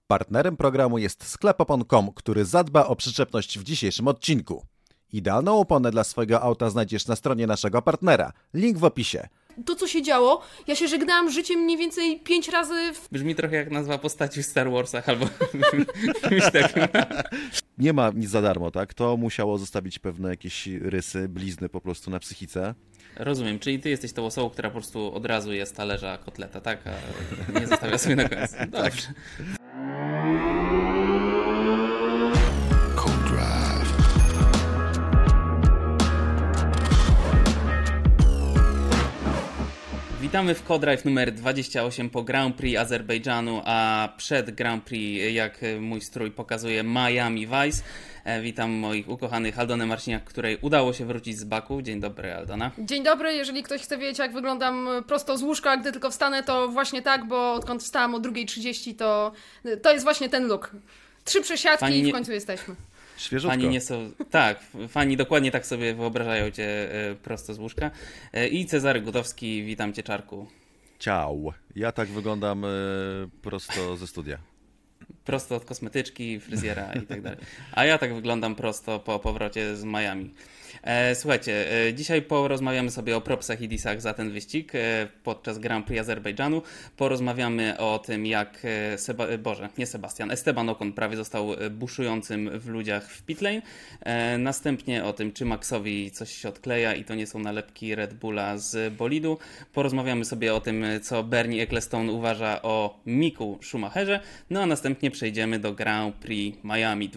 Partnerem programu jest sklep opon.com, który zadba o przyczepność w dzisiejszym odcinku. Idealną oponę dla swojego auta znajdziesz na stronie naszego partnera. Link w opisie. To, co się działo, ja się żegnałam życiem mniej więcej 5 razy Brzmi trochę jak nazwa postaci w Star Warsach albo czymś takim. Nie ma nic za darmo, tak? To musiało zostawić pewne jakieś rysy, blizny po prostu na psychice. Rozumiem, czyli ty jesteś tą osobą, która po prostu od razu je z talerza kotleta, tak? A nie zostawia sobie na końcu. Dobrze. Witamy w Co-Drive numer 28 po Grand Prix Azerbejdżanu, a przed Grand Prix, jak mój strój pokazuje, Miami Vice. Witam moich ukochanych Aldonę Marciniak, której udało się wrócić z Baku. Dzień dobry, Aldona. Dzień dobry, jeżeli ktoś chce wiedzieć, jak wyglądam prosto z łóżka, gdy tylko wstanę, to właśnie tak, bo odkąd wstałam o 2:30, to jest właśnie ten look. 3 przesiadki i w końcu jesteśmy. Świeżutko. Fani nie są... Tak, fani dokładnie tak sobie wyobrażają cię prosto z łóżka. I Cezary Gutowski, witam cię, Czarku. Ciao. Ja tak wyglądam prosto ze studia. Prosto od kosmetyczki, fryzjera i tak dalej. A ja tak wyglądam prosto po powrocie z Miami. Słuchajcie, dzisiaj porozmawiamy sobie o propsach i disach za ten wyścig podczas Grand Prix Azerbejdżanu. Porozmawiamy o tym, jak Esteban Ocon prawie został buszującym w ludziach w pitlane. Następnie o tym, czy Maxowi coś się odkleja i to nie są nalepki Red Bulla z bolidu. Porozmawiamy sobie o tym, co Bernie Ecclestone uważa o Micku Schumacherze. No a następnie przejdziemy do Grand Prix Miami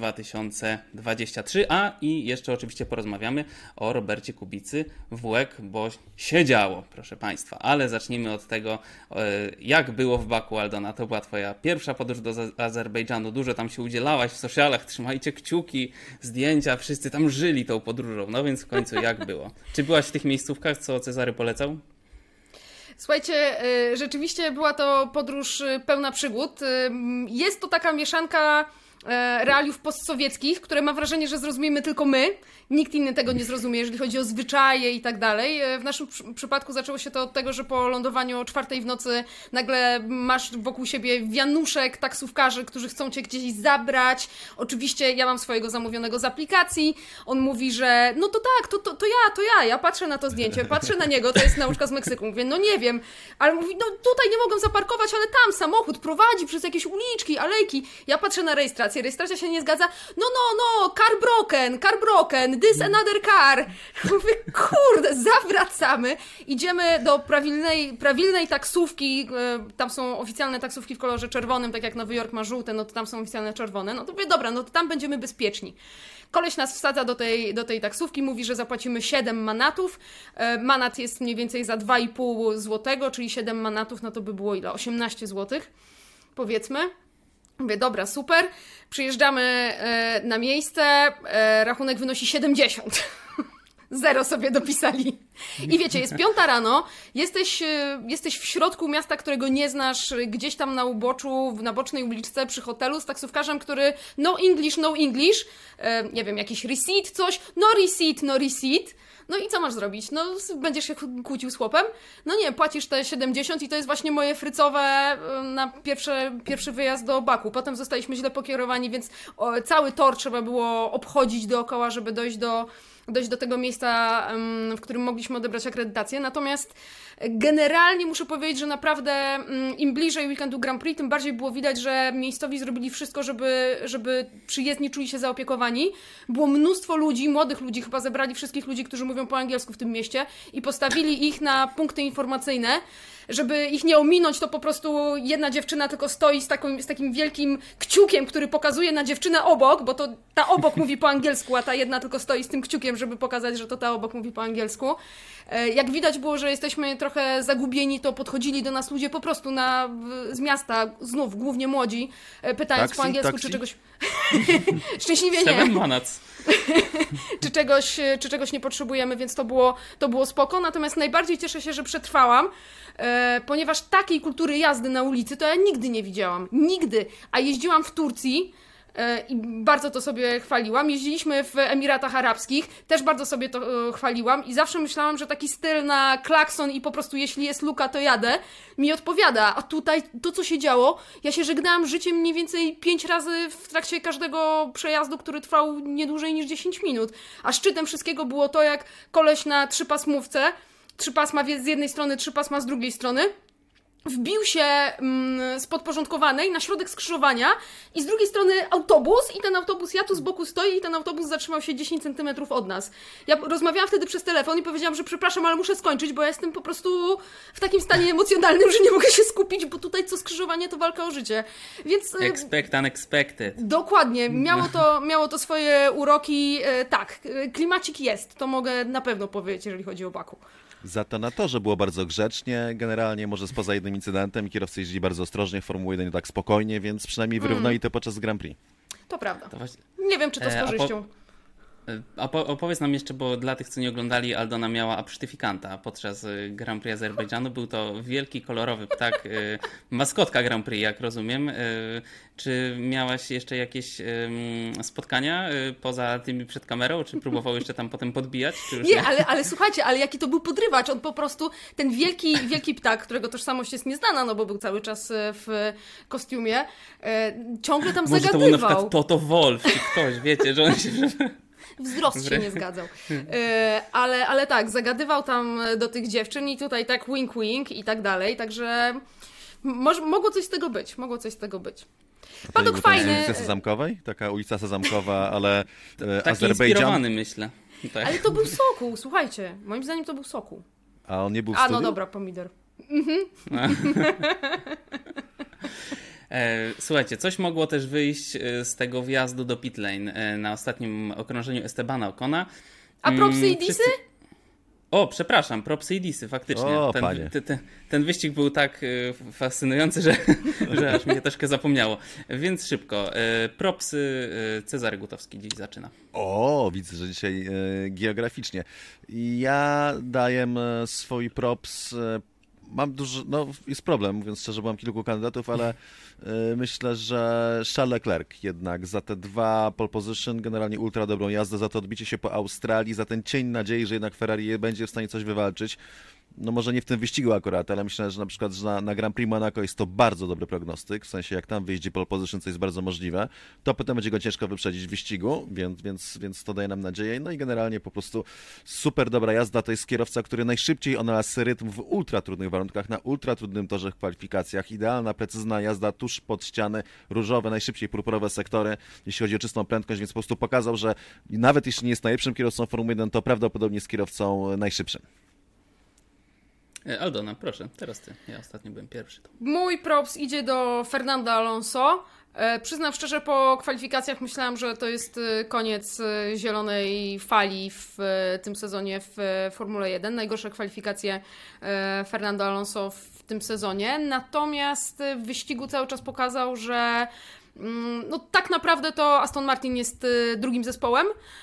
2023, i jeszcze oczywiście porozmawiamy o Robercie Kubicy WEC, bo się działo, proszę Państwa. Ale zacznijmy od tego, jak było w Baku, Aldona. To była Twoja pierwsza podróż do Azerbejdżanu. Dużo tam się udzielałaś w socialach, trzymajcie kciuki, zdjęcia, wszyscy tam żyli tą podróżą. No więc w końcu jak było? Czy byłaś w tych miejscówkach, co Cezary polecał? Słuchajcie, rzeczywiście była to podróż pełna przygód. Jest to taka mieszanka realiów postsowieckich, które mam wrażenie, że zrozumiemy tylko my. Nikt inny tego nie zrozumie, jeżeli chodzi o zwyczaje i tak dalej. W naszym przypadku zaczęło się to od tego, że po lądowaniu o 4:00 w nocy nagle masz wokół siebie wianuszek taksówkarzy, którzy chcą cię gdzieś zabrać. Oczywiście ja mam swojego zamówionego z aplikacji. On mówi, że no to tak, to ja. Ja patrzę na to zdjęcie, patrzę na niego, to jest nauczka z Meksyku. Mówię, no nie wiem. Ale mówi, no tutaj nie mogą zaparkować, ale tam samochód prowadzi przez jakieś uliczki, alejki. Ja patrzę na rejestrację się nie zgadza. No, car broken, this another car. Mówię, kurde, zawracamy. Idziemy do prawilnej taksówki. Tam są oficjalne taksówki w kolorze czerwonym, tak jak Nowy Jork ma żółte, no to tam są oficjalne czerwone. No to mówię, dobra, no to tam będziemy bezpieczni. Koleś nas wsadza do tej taksówki, mówi, że zapłacimy 7 manatów. Manat jest mniej więcej za 2,5 złotego, czyli 7 manatów, no to by było ile? 18 złotych, powiedzmy. Mówię, dobra, super. Przyjeżdżamy na miejsce, rachunek wynosi 70. Zero sobie dopisali. I wiecie, jest 5:00 rano, jesteś w środku miasta, którego nie znasz, gdzieś tam na uboczu, na bocznej uliczce przy hotelu z taksówkarzem, który no English, nie wiem, jakiś receipt, coś, no receipt. No i co masz zrobić? No będziesz się kłócił z chłopem? No nie, płacisz te 70 i to jest właśnie moje frycowe na pierwszy wyjazd do Baku. Potem zostaliśmy źle pokierowani, więc cały tor trzeba było obchodzić dookoła, żeby dojść do tego miejsca, w którym mogliśmy odebrać akredytację. Natomiast generalnie muszę powiedzieć, że naprawdę im bliżej weekendu Grand Prix, tym bardziej było widać, że miejscowi zrobili wszystko, żeby przyjezdni czuli się zaopiekowani. Było mnóstwo ludzi, młodych ludzi, chyba zebrali wszystkich ludzi, którzy mówią po angielsku w tym mieście i postawili ich na punkty informacyjne. Żeby ich nie ominąć, to po prostu jedna dziewczyna tylko stoi z takim wielkim kciukiem, który pokazuje na dziewczynę obok, bo to ta obok mówi po angielsku, a ta jedna tylko stoi z tym kciukiem, żeby pokazać, że to ta obok mówi po angielsku. Jak widać było, że jesteśmy trochę zagubieni, to podchodzili do nas ludzie po prostu z miasta, znów głównie młodzi, pytając po angielsku, czy czegoś... Szczęśliwie nie. 7 manats. czy czegoś nie potrzebujemy, więc to było spoko. Natomiast najbardziej cieszę się, że przetrwałam, ponieważ takiej kultury jazdy na ulicy to ja nigdy nie widziałam. Nigdy. A jeździłam w Turcji i bardzo to sobie chwaliłam. Jeździliśmy w Emiratach Arabskich, też bardzo sobie to chwaliłam i zawsze myślałam, że taki styl na klakson i po prostu jeśli jest luka, to jadę, mi odpowiada. A tutaj to, co się działo, ja się żegnałam życiem mniej więcej 5 razy w trakcie każdego przejazdu, który trwał nie dłużej niż 10 minut. A szczytem wszystkiego było to, jak koleś na 3-pasmówce, 3 pasma z jednej strony, 3 pasma z drugiej strony, wbił się z podporządkowanej na środek skrzyżowania i z drugiej strony autobus i ten autobus, ja tu z boku stoję i ten autobus zatrzymał się 10 centymetrów od nas. Ja rozmawiałam wtedy przez telefon i powiedziałam, że przepraszam, ale muszę skończyć, bo ja jestem po prostu w takim stanie emocjonalnym, że nie mogę się skupić, bo tutaj co skrzyżowanie to walka o życie. Więc... Expect unexpected. Dokładnie. Miało to swoje uroki. Tak, klimacik jest. To mogę na pewno powiedzieć, jeżeli chodzi o Baku. Za to na torze było bardzo grzecznie, generalnie może spoza jednym incydentem, kierowcy jeździli bardzo ostrożnie, Formuły 1 tak spokojnie, więc przynajmniej wyrównali to podczas Grand Prix. To prawda. To właśnie... Nie wiem, czy to z korzyścią. Opowiedz nam jeszcze, bo dla tych, co nie oglądali, Aldona miała apsztyfikanta podczas Grand Prix Azerbejdżanu. Był to wielki, kolorowy ptak, maskotka Grand Prix, jak rozumiem. Czy miałaś jeszcze jakieś spotkania poza tymi przed kamerą? Czy próbował jeszcze tam potem podbijać? Czy już nie, ale słuchajcie, ale jaki to był podrywacz. On po prostu, ten wielki ptak, którego tożsamość jest nieznana, no bo był cały czas w kostiumie, ciągle tam może zagadywał. To był na przykład Toto Wolff, czy ktoś, wiecie, że on się... Wzrost się nie zgadzał. Ale tak, zagadywał tam do tych dziewczyn i tutaj tak wink i tak dalej, także mogło coś z tego być. Padok fajny. Ulicy Sezamkowej? Taka ulica Sezamkowa, ale taki Azerbejdżan. inspirowany, myślę. Tak. Ale to był Sokół, słuchajcie. Moim zdaniem to był Sokół. A on nie był w studiu? No dobra, pomidor. Słuchajcie, coś mogło też wyjść z tego wjazdu do pit lane na ostatnim okrążeniu Estebana Ocona. A propsy i disy? O, przepraszam, propsy i disy, faktycznie. O, ten wyścig był tak fascynujący, że aż mi się troszkę zapomniało. Więc szybko. Propsy Cezary Gutowski dziś zaczyna. O, widzę, że dzisiaj geograficznie. Ja daję swój props... Mam dużo, jest problem, mówiąc szczerze, bo mam kilku kandydatów, ale myślę, że Charles Leclerc jednak za te 2 pole position, generalnie ultra dobrą jazdę, za to odbicie się po Australii, za ten cień nadziei, że jednak Ferrari będzie w stanie coś wywalczyć. No może nie w tym wyścigu akurat, ale myślę, że na przykład że na Grand Prix Monaco jest to bardzo dobry prognostyk, w sensie jak tam wyjeździ pole position, co jest bardzo możliwe, to potem będzie go ciężko wyprzedzić w wyścigu, więc to daje nam nadzieję. No i generalnie po prostu super dobra jazda, to jest kierowca, który najszybciej odnalazł rytm w ultra trudnych warunkach, na ultra trudnym torze w kwalifikacjach, idealna, precyzyjna jazda tuż pod ściany, różowe, najszybciej purpurowe sektory, jeśli chodzi o czystą prędkość, więc po prostu pokazał, że nawet jeśli nie jest najlepszym kierowcą Formuły 1, to prawdopodobnie jest kierowcą najszybszym. Aldona, proszę, teraz ty. Ja ostatnio byłem pierwszy. Mój props idzie do Fernanda Alonso. Przyznam szczerze, po kwalifikacjach myślałam, że to jest koniec zielonej fali w tym sezonie w Formule 1. Najgorsze kwalifikacje Fernando Alonso w tym sezonie. Natomiast w wyścigu cały czas pokazał, że tak naprawdę to Aston Martin jest drugim zespołem,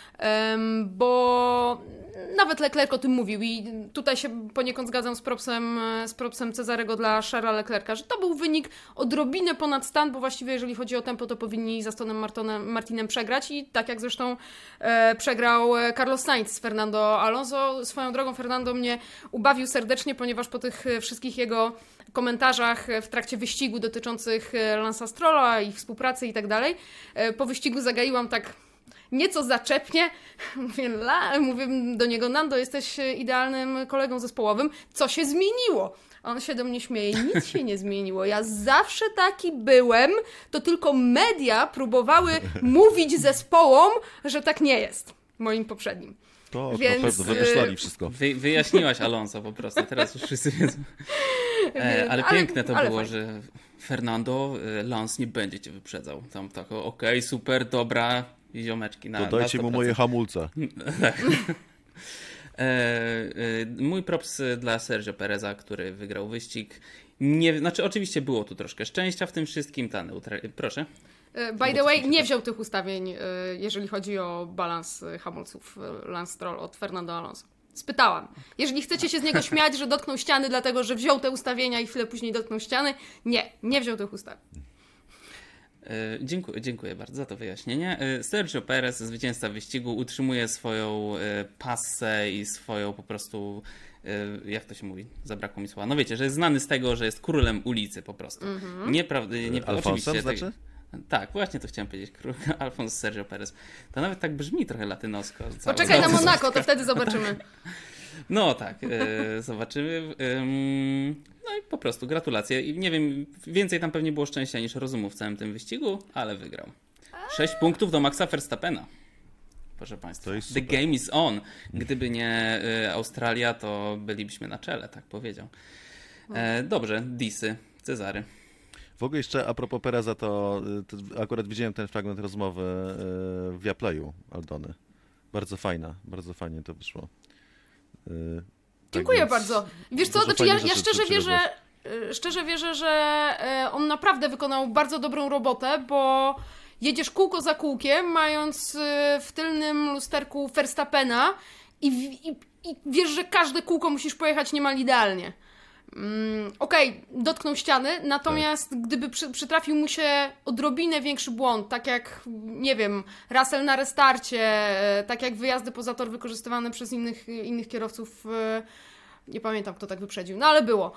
bo nawet Leclerc o tym mówił i tutaj się poniekąd zgadzam z propsem Cezarego dla Charlesa Leclerca, że to był wynik odrobinę ponad stan, bo właściwie jeżeli chodzi o tempo, to powinni z Astonem Martinem przegrać i tak jak zresztą przegrał Carlos Sainz z Fernando Alonso. Swoją drogą Fernando mnie ubawił serdecznie, ponieważ po tych wszystkich jego komentarzach w trakcie wyścigu dotyczących Lance'a Strolla, ich współpracy i tak dalej, po wyścigu zagaiłam tak nieco zaczepnie. Mówię do niego: Nando, jesteś idealnym kolegą zespołowym. Co się zmieniło? A on się do mnie śmieje. Nic się nie zmieniło. Ja zawsze taki byłem, to tylko media próbowały mówić zespołom, że tak nie jest. Moim poprzednim. To więc na pewno wymyślali wszystko. Wyjaśniłaś Alonso po prostu. Teraz już wszyscy wiedzą. Ale piękne to było, fajnie, że Fernando, Lance nie będzie cię wyprzedzał. Tam tak, okej, super, dobra, ziomeczki. Dodajcie mu moje hamulce. Tak. Mój props dla Sergio Pereza, który wygrał wyścig. Oczywiście było tu troszkę szczęścia w tym wszystkim. Proszę. By the way, nie wziął tych ustawień, jeżeli chodzi o balans hamulców Lance Stroll od Fernando Alonso. Spytałam. Jeżeli chcecie się z niego śmiać, że dotknął ściany dlatego, że wziął te ustawienia i chwilę później dotknął ściany, nie wziął tych ustawień. Dziękuję bardzo za to wyjaśnienie. Sergio Perez, zwycięzca wyścigu, utrzymuje swoją passę i swoją po prostu, jak to się mówi, zabrakło mi słowa. No wiecie, że jest znany z tego, że jest królem ulicy po prostu. Alfonsem znaczy? Tak, właśnie to chciałem powiedzieć. Alfons Sergio Perez. To nawet tak brzmi trochę latynosko. Poczekaj na Monako, to wtedy zobaczymy. No tak, zobaczymy. No i po prostu gratulacje. I nie wiem, więcej tam pewnie było szczęścia niż rozumu w całym tym wyścigu, ale wygrał. 6 punktów do Maxa Verstappena. Proszę Państwa, To jest the super. game is on. Gdyby nie Australia, to bylibyśmy na czele, tak powiedział. Dobrze, Disy, Cezary. W ogóle jeszcze a propos Pereza, to akurat widziałem ten fragment rozmowy w Viaplayu Aldony. Bardzo fajnie to wyszło. Dziękuję więc bardzo. Wiesz co, dużo znaczy ja fajnych rzeczy szczerze wierzę, że on naprawdę wykonał bardzo dobrą robotę, bo jedziesz kółko za kółkiem, mając w tylnym lusterku Verstappena i wiesz, że każde kółko musisz pojechać niemal idealnie. Okej, dotknął ściany, natomiast gdyby przytrafił mu się odrobinę większy błąd, tak jak, nie wiem, Russell na restarcie, tak jak wyjazdy poza tor wykorzystywane przez innych kierowców, nie pamiętam kto tak wyprzedził, no ale było.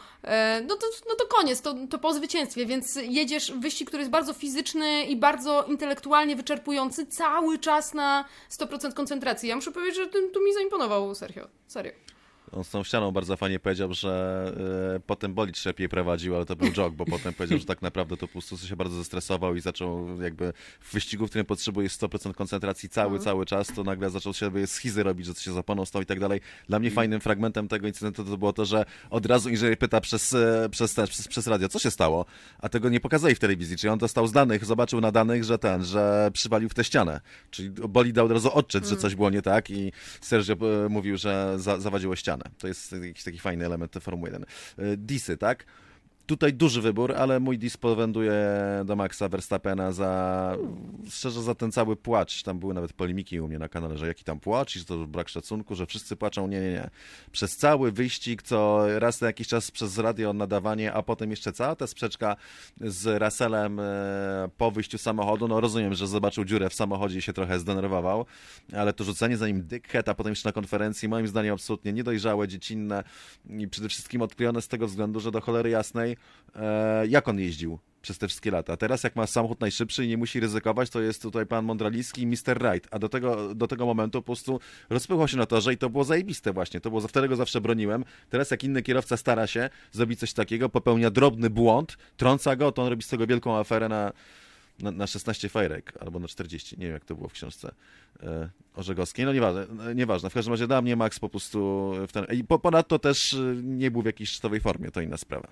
No to koniec, to po zwycięstwie, więc jedziesz w wyścig, który jest bardzo fizyczny i bardzo intelektualnie wyczerpujący, cały czas na 100% koncentracji. Ja muszę powiedzieć, że tu mi zaimponował, serio. On z tą ścianą bardzo fajnie powiedział, że potem bolid się lepiej prowadził, ale to był jog, bo potem powiedział, że tak naprawdę to po prostu się bardzo zestresował i zaczął jakby w wyścigu, w którym potrzebuje 100% koncentracji cały czas, to nagle zaczął się schizy robić, że coś się zaponą stał i tak dalej. Dla mnie fajnym fragmentem tego incydentu to było to, że od razu inżynier pyta przez radio, co się stało, a tego nie pokazali w telewizji, czyli on dostał z danych, zobaczył na danych, że przywalił w tę ścianę, czyli bolid dał od razu odczyt, że coś było nie tak i Sergio mówił, że zawadziło ścianę. To jest jakiś taki fajny element Formuły 1. Disy, tak? Tutaj duży wybór, ale mój dis powędruje do Maxa Verstappena szczerze za ten cały płacz. Tam były nawet polemiki u mnie na kanale, że jaki tam płacz i że to brak szacunku, że wszyscy płaczą. Nie. Przez cały wyścig, co raz na jakiś czas przez radio nadawanie, a potem jeszcze cała ta sprzeczka z Russellem po wyjściu samochodu. No rozumiem, że zobaczył dziurę w samochodzie i się trochę zdenerwował, ale to rzucenie za nim dickhead, a potem jeszcze na konferencji, moim zdaniem absolutnie niedojrzałe, dziecinne i przede wszystkim odklejone z tego względu, że do cholery jasnej jak on jeździł przez te wszystkie lata. Teraz jak ma samochód najszybszy i nie musi ryzykować, to jest tutaj pan Mondraliski i Mr. Right, a do tego momentu po prostu rozpychał się na torze i to było zajebiste właśnie. Wtedy go zawsze broniłem. Teraz jak inny kierowca stara się zrobić coś takiego, popełnia drobny błąd, trąca go, to on robi z tego wielką aferę na 16 fajrek, albo na 40, nie wiem jak to było w książce Orzegowskiej, no nieważne. W każdym razie dla mnie Max po prostu i ponadto też nie był w jakiejś szczytowej formie, to inna sprawa.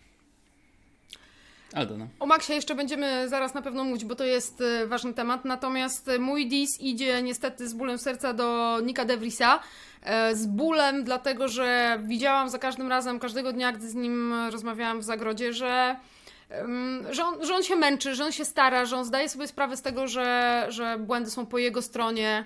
Aldona. O Maxie jeszcze będziemy zaraz na pewno mówić, bo to jest ważny temat, natomiast mój dis idzie niestety z bólem serca do Nicka de Vriesa. Z bólem, dlatego że widziałam za każdym razem, każdego dnia, gdy z nim rozmawiałam w zagrodzie, że on się męczy, że on się stara, że on zdaje sobie sprawę z tego, że błędy są po jego stronie.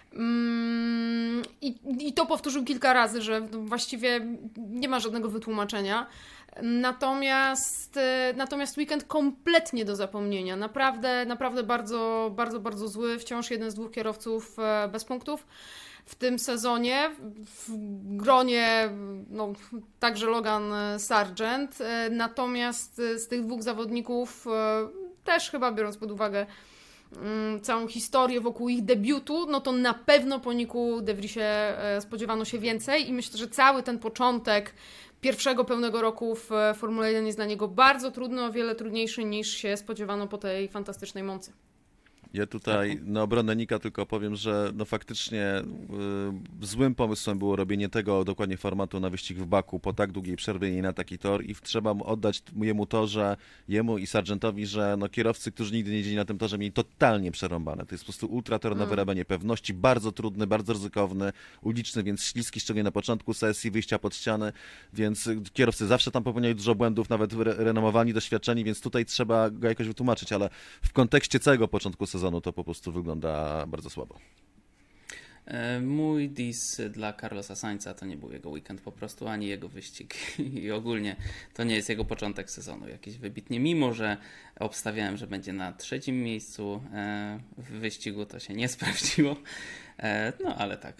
I to powtórzył kilka razy, że właściwie nie ma żadnego wytłumaczenia. Natomiast weekend kompletnie do zapomnienia. Naprawdę bardzo, bardzo, bardzo zły. Wciąż jeden z 2 kierowców bez punktów w tym sezonie. W gronie także Logan Sargent. Natomiast z tych 2 zawodników też chyba biorąc pod uwagę całą historię wokół ich debiutu, no to na pewno po Nicku de Vriesie spodziewano się więcej i myślę, że cały ten początek pierwszego pełnego roku w Formule 1 jest dla niego bardzo trudny, o wiele trudniejszy niż się spodziewano po tej fantastycznej mocy. Ja tutaj na obronę Nicka tylko powiem, że faktycznie złym pomysłem było robienie tego dokładnie formatu na wyścig w Baku po tak długiej przerwie i na taki tor i trzeba mu oddać jemu to, że jemu i Sargentowi, że kierowcy, którzy nigdy nie jeździli na tym torze, mieli totalnie przerąbane. To jest po prostu ultrator na wyrabianie pewności, bardzo trudny, bardzo ryzykowny, uliczny, więc śliski, szczególnie na początku sesji, wyjścia pod ściany, więc kierowcy zawsze tam popełniali dużo błędów, nawet renomowani, doświadczeni, więc tutaj trzeba go jakoś wytłumaczyć, ale w kontekście całego początku sezonu to po prostu wygląda bardzo słabo. Mój dis dla Carlosa Sainza to nie był jego weekend po prostu, ani jego wyścig i ogólnie to nie jest jego początek sezonu jakiś wybitnie, mimo że obstawiałem, że będzie na 3. miejscu w wyścigu, to się nie sprawdziło, no ale tak,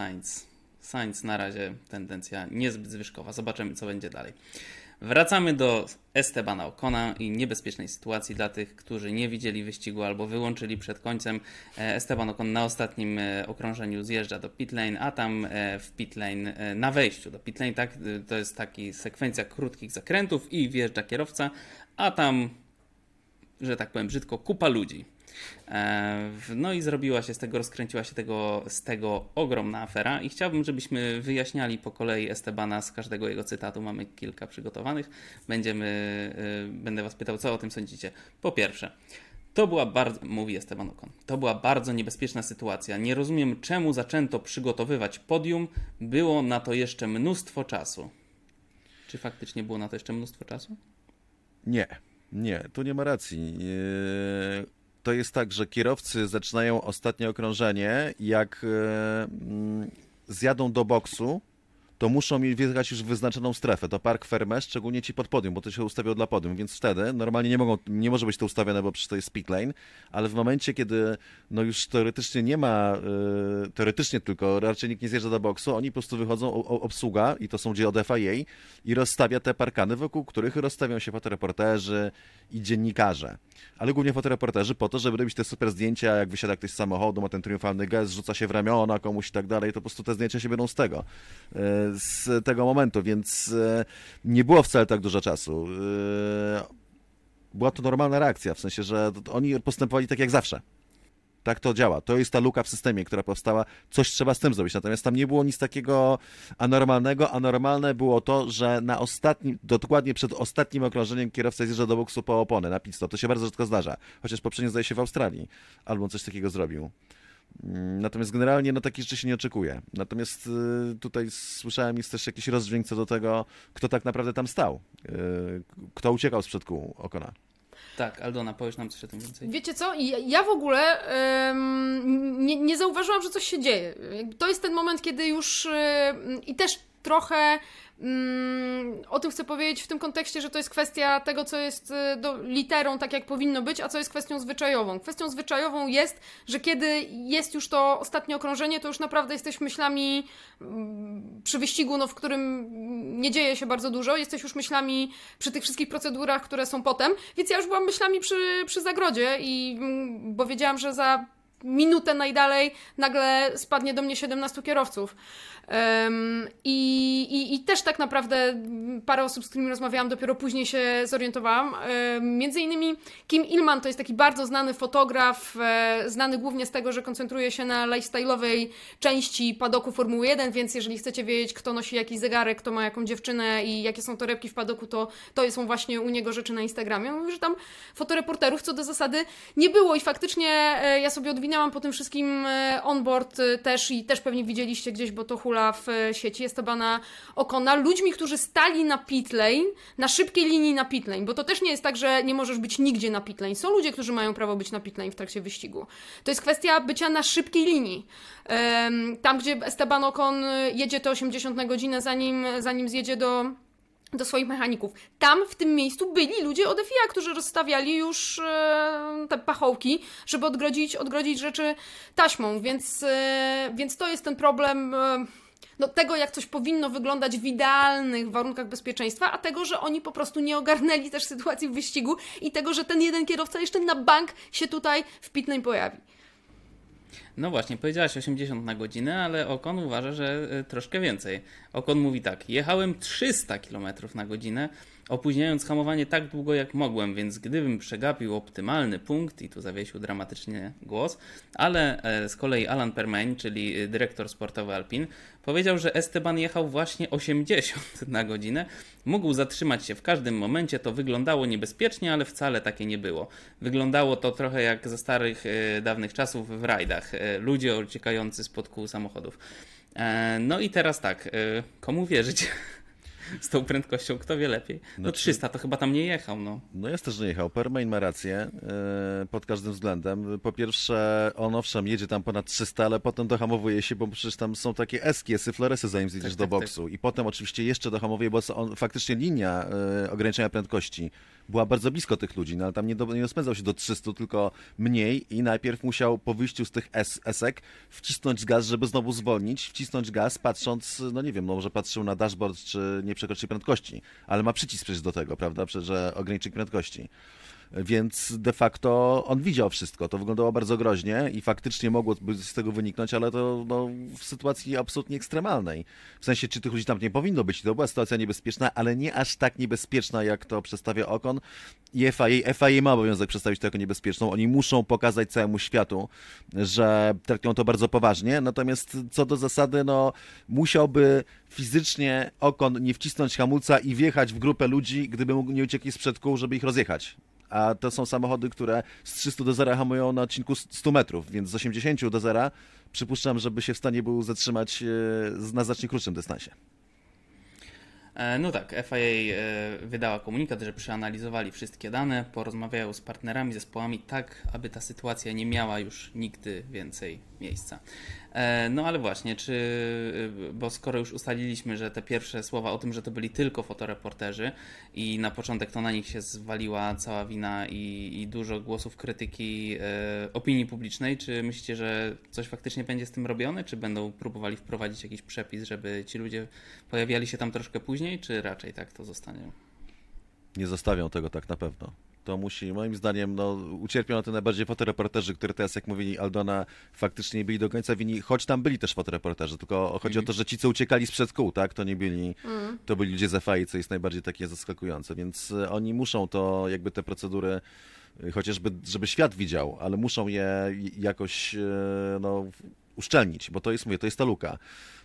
Sainz na razie tendencja niezbyt zwyżkowa, zobaczymy co będzie dalej. Wracamy do Estebana Ocona i niebezpiecznej sytuacji dla tych, którzy nie widzieli wyścigu albo wyłączyli przed końcem. Esteban Ocon na ostatnim okrążeniu zjeżdża do pitlane, a tam w pitlane, na wejściu do pitlane, tak, to jest taka sekwencja krótkich zakrętów i wjeżdża kierowca, a tam, że tak powiem brzydko, kupa ludzi. No i rozkręciła się z tego ogromna afera i chciałbym, żebyśmy wyjaśniali po kolei Estebana z każdego jego cytatu. Mamy kilka przygotowanych. Będę was pytał, co o tym sądzicie. Po pierwsze, mówi Esteban Ocon, to była bardzo niebezpieczna sytuacja. Nie rozumiem, czemu zaczęto przygotowywać podium. Było na to jeszcze mnóstwo czasu. Czy faktycznie było na to jeszcze mnóstwo czasu? Nie, tu nie ma racji. To jest tak, że kierowcy zaczynają ostatnie okrążenie, jak zjadą do boksu, to muszą mieć wjechać już w wyznaczoną strefę. To Parc Fermé, szczególnie ci pod podium, bo to się ustawiło dla podium, więc wtedy normalnie nie może być to ustawione, bo przecież to jest pit lane, ale w momencie, kiedy no już teoretycznie nie ma, teoretycznie tylko, raczej nikt nie zjeżdża do boksu, oni po prostu wychodzą, obsługa, i to są ludzie od FIA, i rozstawia te parkany, wokół których rozstawią się fotoreporterzy i dziennikarze. Ale głównie fotoreporterzy po to, żeby robić te super zdjęcia, jak wysiada ktoś z samochodu, ma ten triumfalny gest, rzuca się w ramiona komuś i tak dalej, to po prostu te zdjęcia się biorą z tego momentu, więc nie było wcale tak dużo czasu. Była to normalna reakcja, w sensie, że oni postępowali tak jak zawsze. Tak to działa. To jest ta luka w systemie, która powstała. Coś trzeba z tym zrobić. Natomiast tam nie było nic takiego anormalnego. Anormalne było to, że dokładnie przed ostatnim okrążeniem kierowca zjeżdża do boksu po opony na pit stop. To się bardzo rzadko zdarza. Chociaż poprzednio zdaje się w Australii. Albo coś takiego zrobił. Natomiast generalnie takich rzeczy się nie oczekuje. Natomiast tutaj słyszałem, jest też jakiś rozdźwięk co do tego, kto tak naprawdę tam stał. Kto uciekał sprzed kół Ocona. Tak, Aldona, powiesz nam coś o tym więcej. Wiecie co? Ja w ogóle nie zauważyłam, że coś się dzieje. To jest ten moment, kiedy już i też trochę o tym chcę powiedzieć w tym kontekście, że to jest kwestia tego, co jest literą, tak jak powinno być, a co jest kwestią zwyczajową. Kwestią zwyczajową jest, że kiedy jest już to ostatnie okrążenie, to już naprawdę jesteś myślami przy wyścigu, w którym nie dzieje się bardzo dużo, jesteś już myślami przy tych wszystkich procedurach, które są potem, więc ja już byłam myślami przy zagrodzie, bo wiedziałam, że za minutę najdalej nagle spadnie do mnie 17 kierowców. I też tak naprawdę parę osób, z którymi rozmawiałam, dopiero później się zorientowałam. Między innymi Kim Illman to jest taki bardzo znany fotograf, znany głównie z tego, że koncentruje się na lifestyle'owej części padoku Formuły 1, więc jeżeli chcecie wiedzieć, kto nosi jakiś zegarek, kto ma jaką dziewczynę i jakie są torebki w padoku, to są właśnie u niego rzeczy na Instagramie. Mówi, że tam fotoreporterów co do zasady nie było i faktycznie ja sobie odwinęłam po tym wszystkim onboard też i też pewnie widzieliście gdzieś, bo to hula w sieci Estebana Ocona, ludźmi, którzy stali na pit lane, na szybkiej linii na pit lane, bo to też nie jest tak, że nie możesz być nigdzie na pit lane. Są ludzie, którzy mają prawo być na pit lane w trakcie wyścigu. To jest kwestia bycia na szybkiej linii. Tam, gdzie Esteban Ocon jedzie te 80 na godzinę, zanim zjedzie do swoich mechaników. Tam, w tym miejscu byli ludzie od FIA, którzy rozstawiali już te pachołki, żeby odgrodzić rzeczy taśmą, więc to jest ten problem tego, jak coś powinno wyglądać w idealnych warunkach bezpieczeństwa, a tego, że oni po prostu nie ogarnęli też sytuacji w wyścigu i tego, że ten jeden kierowca jeszcze na bank się tutaj w pit lane pojawi. No właśnie, powiedziałaś 80 na godzinę, ale Ocon uważa, że troszkę więcej. Ocon mówi tak: jechałem 300 km na godzinę, opóźniając hamowanie tak długo jak mogłem, więc gdybym przegapił optymalny punkt, i tu zawiesił dramatycznie głos, ale z kolei Alan Permain, czyli dyrektor sportowy Alpine, powiedział, że Esteban jechał właśnie 80 na godzinę, mógł zatrzymać się w każdym momencie, to wyglądało niebezpiecznie, ale wcale takie nie było. Wyglądało to trochę jak ze starych, dawnych czasów w rajdach, ludzie uciekający spod kół samochodów. No i teraz tak, komu wierzyć? z tą prędkością, kto wie lepiej. No 300 to chyba tam nie jechał, no. No jest też nie jechał. Permain ma rację pod każdym względem. Po pierwsze, on owszem jedzie tam ponad 300, ale potem dohamowuje się, bo przecież tam są takie eski, floresy, zanim zjedziesz do boksu. I potem oczywiście jeszcze dohamowuje, bo faktycznie linia ograniczenia prędkości była bardzo blisko tych ludzi, no ale tam nie rozpędzał się do 300, tylko mniej i najpierw musiał po wyjściu z tych esek wcisnąć gaz, żeby znowu zwolnić, wcisnąć gaz patrząc, no nie wiem, może patrzył na dashboard, czy nie przekroczy prędkości, ale ma przycisk przecież do tego, prawda, że ograniczyć prędkości. Więc de facto on widział wszystko. To wyglądało bardzo groźnie i faktycznie mogłoby z tego wyniknąć, ale to w sytuacji absolutnie ekstremalnej. W sensie, czy tych ludzi tam nie powinno być. To była sytuacja niebezpieczna, ale nie aż tak niebezpieczna, jak to przedstawia Ocon. I FIA ma obowiązek przedstawić to jako niebezpieczną. Oni muszą pokazać całemu światu, że traktują to bardzo poważnie. Natomiast co do zasady, musiałby fizycznie Ocon nie wcisnąć hamulca i wjechać w grupę ludzi, gdyby nie uciekli sprzed kół, żeby ich rozjechać. A to są samochody, które z 300 do 0 hamują na odcinku 100 metrów, więc z 80 do 0 przypuszczam, żeby się w stanie był zatrzymać na znacznie krótszym dystansie. No tak, FIA wydała komunikat, że przeanalizowali wszystkie dane, porozmawiają z partnerami, zespołami tak, aby ta sytuacja nie miała już nigdy więcej miejsca. No ale właśnie, bo skoro już ustaliliśmy, że te pierwsze słowa o tym, że to byli tylko fotoreporterzy i na początek to na nich się zwaliła cała wina i dużo głosów krytyki opinii publicznej, czy myślicie, że coś faktycznie będzie z tym robione, czy będą próbowali wprowadzić jakiś przepis, żeby ci ludzie pojawiali się tam troszkę później, czy raczej tak to zostanie? Nie zostawią tego tak na pewno. To musi, moim zdaniem, ucierpią na to najbardziej fotoreporterzy, które teraz, jak mówili Aldona, faktycznie nie byli do końca winni, choć tam byli też fotoreporterzy, tylko chodzi o to, że ci, co uciekali sprzed kół, tak, to nie byli, to byli ludzie z FIA, co jest najbardziej takie zaskakujące, więc oni muszą to, jakby te procedury, chociażby, żeby świat widział, ale muszą je jakoś, uszczelnić, bo to jest ta luka.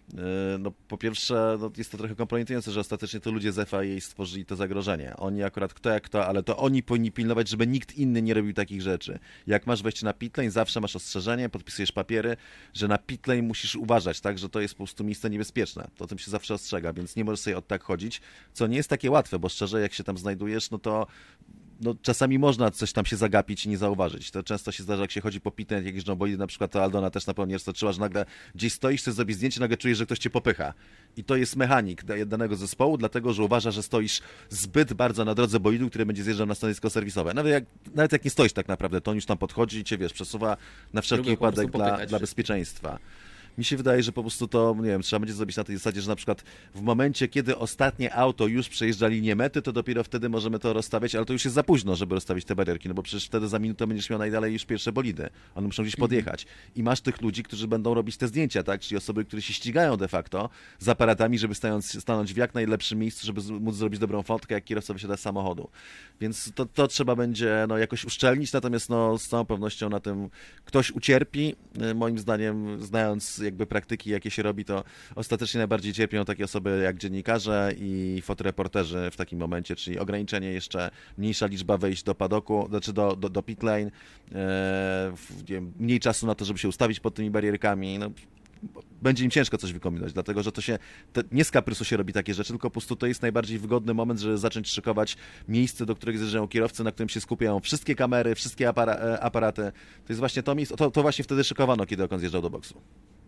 Po pierwsze, jest to trochę kompromitujące, że ostatecznie to ludzie z FIA stworzyli to zagrożenie. Oni akurat kto jak kto, ale to oni powinni pilnować, żeby nikt inny nie robił takich rzeczy. Jak masz wejście na pitlane, zawsze masz ostrzeżenie, podpisujesz papiery, że na pitlane musisz uważać, tak, że to jest po prostu miejsce niebezpieczne. To o tym się zawsze ostrzega, więc nie możesz sobie od tak chodzić, co nie jest takie łatwe, bo szczerze, jak się tam znajdujesz, to czasami można coś tam się zagapić i nie zauważyć. To często się zdarza, jak się chodzi po pitlane, jak jeżdżą bolide, na przykład to Aldona też na pewno nie stoczyła, że nagle gdzieś stoisz, chcesz zrobić zdjęcie, nagle czujesz, że ktoś cię popycha. I to jest mechanik danego zespołu, dlatego, że uważa, że stoisz zbyt bardzo na drodze bolidu, który będzie zjeżdżał na stanowisko serwisowe. Nawet jak nie stoisz tak naprawdę, to on już tam podchodzi i cię, przesuwa na wszelki wypadek dla bezpieczeństwa. Mi się wydaje, że po prostu to, nie wiem, trzeba będzie zrobić na tej zasadzie, że na przykład w momencie, kiedy ostatnie auto już przejeżdża linię mety, to dopiero wtedy możemy to rozstawiać, ale to już jest za późno, żeby rozstawić te barierki, bo przecież wtedy za minutę będziesz miał najdalej już pierwsze bolidy. One muszą gdzieś podjechać. I masz tych ludzi, którzy będą robić te zdjęcia, tak? Czyli osoby, które się ścigają de facto z aparatami, żeby stanąć w jak najlepszym miejscu, żeby móc zrobić dobrą fotkę, jak kierowca wysiada z samochodu. Więc to trzeba będzie jakoś uszczelnić, natomiast z całą pewnością na tym ktoś ucierpi. Moim zdaniem, znając jakby praktyki, jakie się robi, to ostatecznie najbardziej cierpią takie osoby jak dziennikarze i fotoreporterzy w takim momencie, czyli ograniczenie jeszcze, mniejsza liczba wejść do padoku, znaczy do pit lane, mniej czasu na to, żeby się ustawić pod tymi barierkami. Będzie im ciężko coś wykombinować, dlatego że nie z kaprysu się robi takie rzeczy, tylko po prostu to jest najbardziej wygodny moment, żeby zacząć szykować miejsce, do których zjeżdżają kierowcy, na którym się skupiają wszystkie kamery, wszystkie aparaty. To jest właśnie to miejsce, to właśnie wtedy szykowano, kiedy Ocon zjeżdżał do boksu.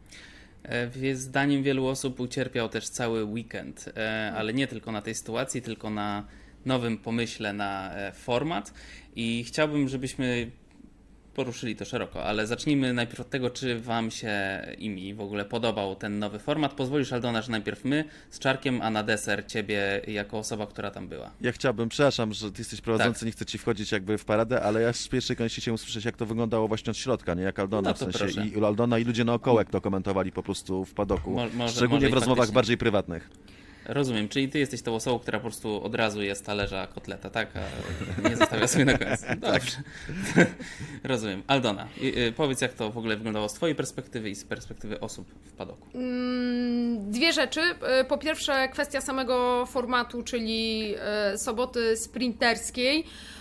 Zdaniem wielu osób ucierpiał też cały weekend, ale nie tylko na tej sytuacji, tylko na nowym pomyśle na format i chciałbym, żebyśmy poruszyli to szeroko, ale zacznijmy najpierw od tego, czy wam się i mi w ogóle podobał ten nowy format. Pozwolisz, Aldona, że najpierw my z Czarkiem, a na deser ciebie jako osoba, która tam była. Ja przepraszam, że ty jesteś prowadzący, tak. Nie chcę ci wchodzić jakby w paradę, ale ja z pierwszej kolejności chciałem usłyszeć, jak to wyglądało właśnie od środka, nie jak Aldona, w sensie proszę. I Aldona i ludzie naokoło, jak to komentowali po prostu w padoku, szczególnie w rozmowach faktycznie bardziej prywatnych. Rozumiem, czyli ty jesteś tą osobą, która po prostu od razu je z talerza kotleta, tak? A nie zostawia sobie na końcu. Dobrze. Rozumiem. Aldona, powiedz, jak to w ogóle wyglądało z twojej perspektywy i z perspektywy osób w padoku. Dwie rzeczy. Po pierwsze kwestia samego formatu, czyli soboty sprinterskiej.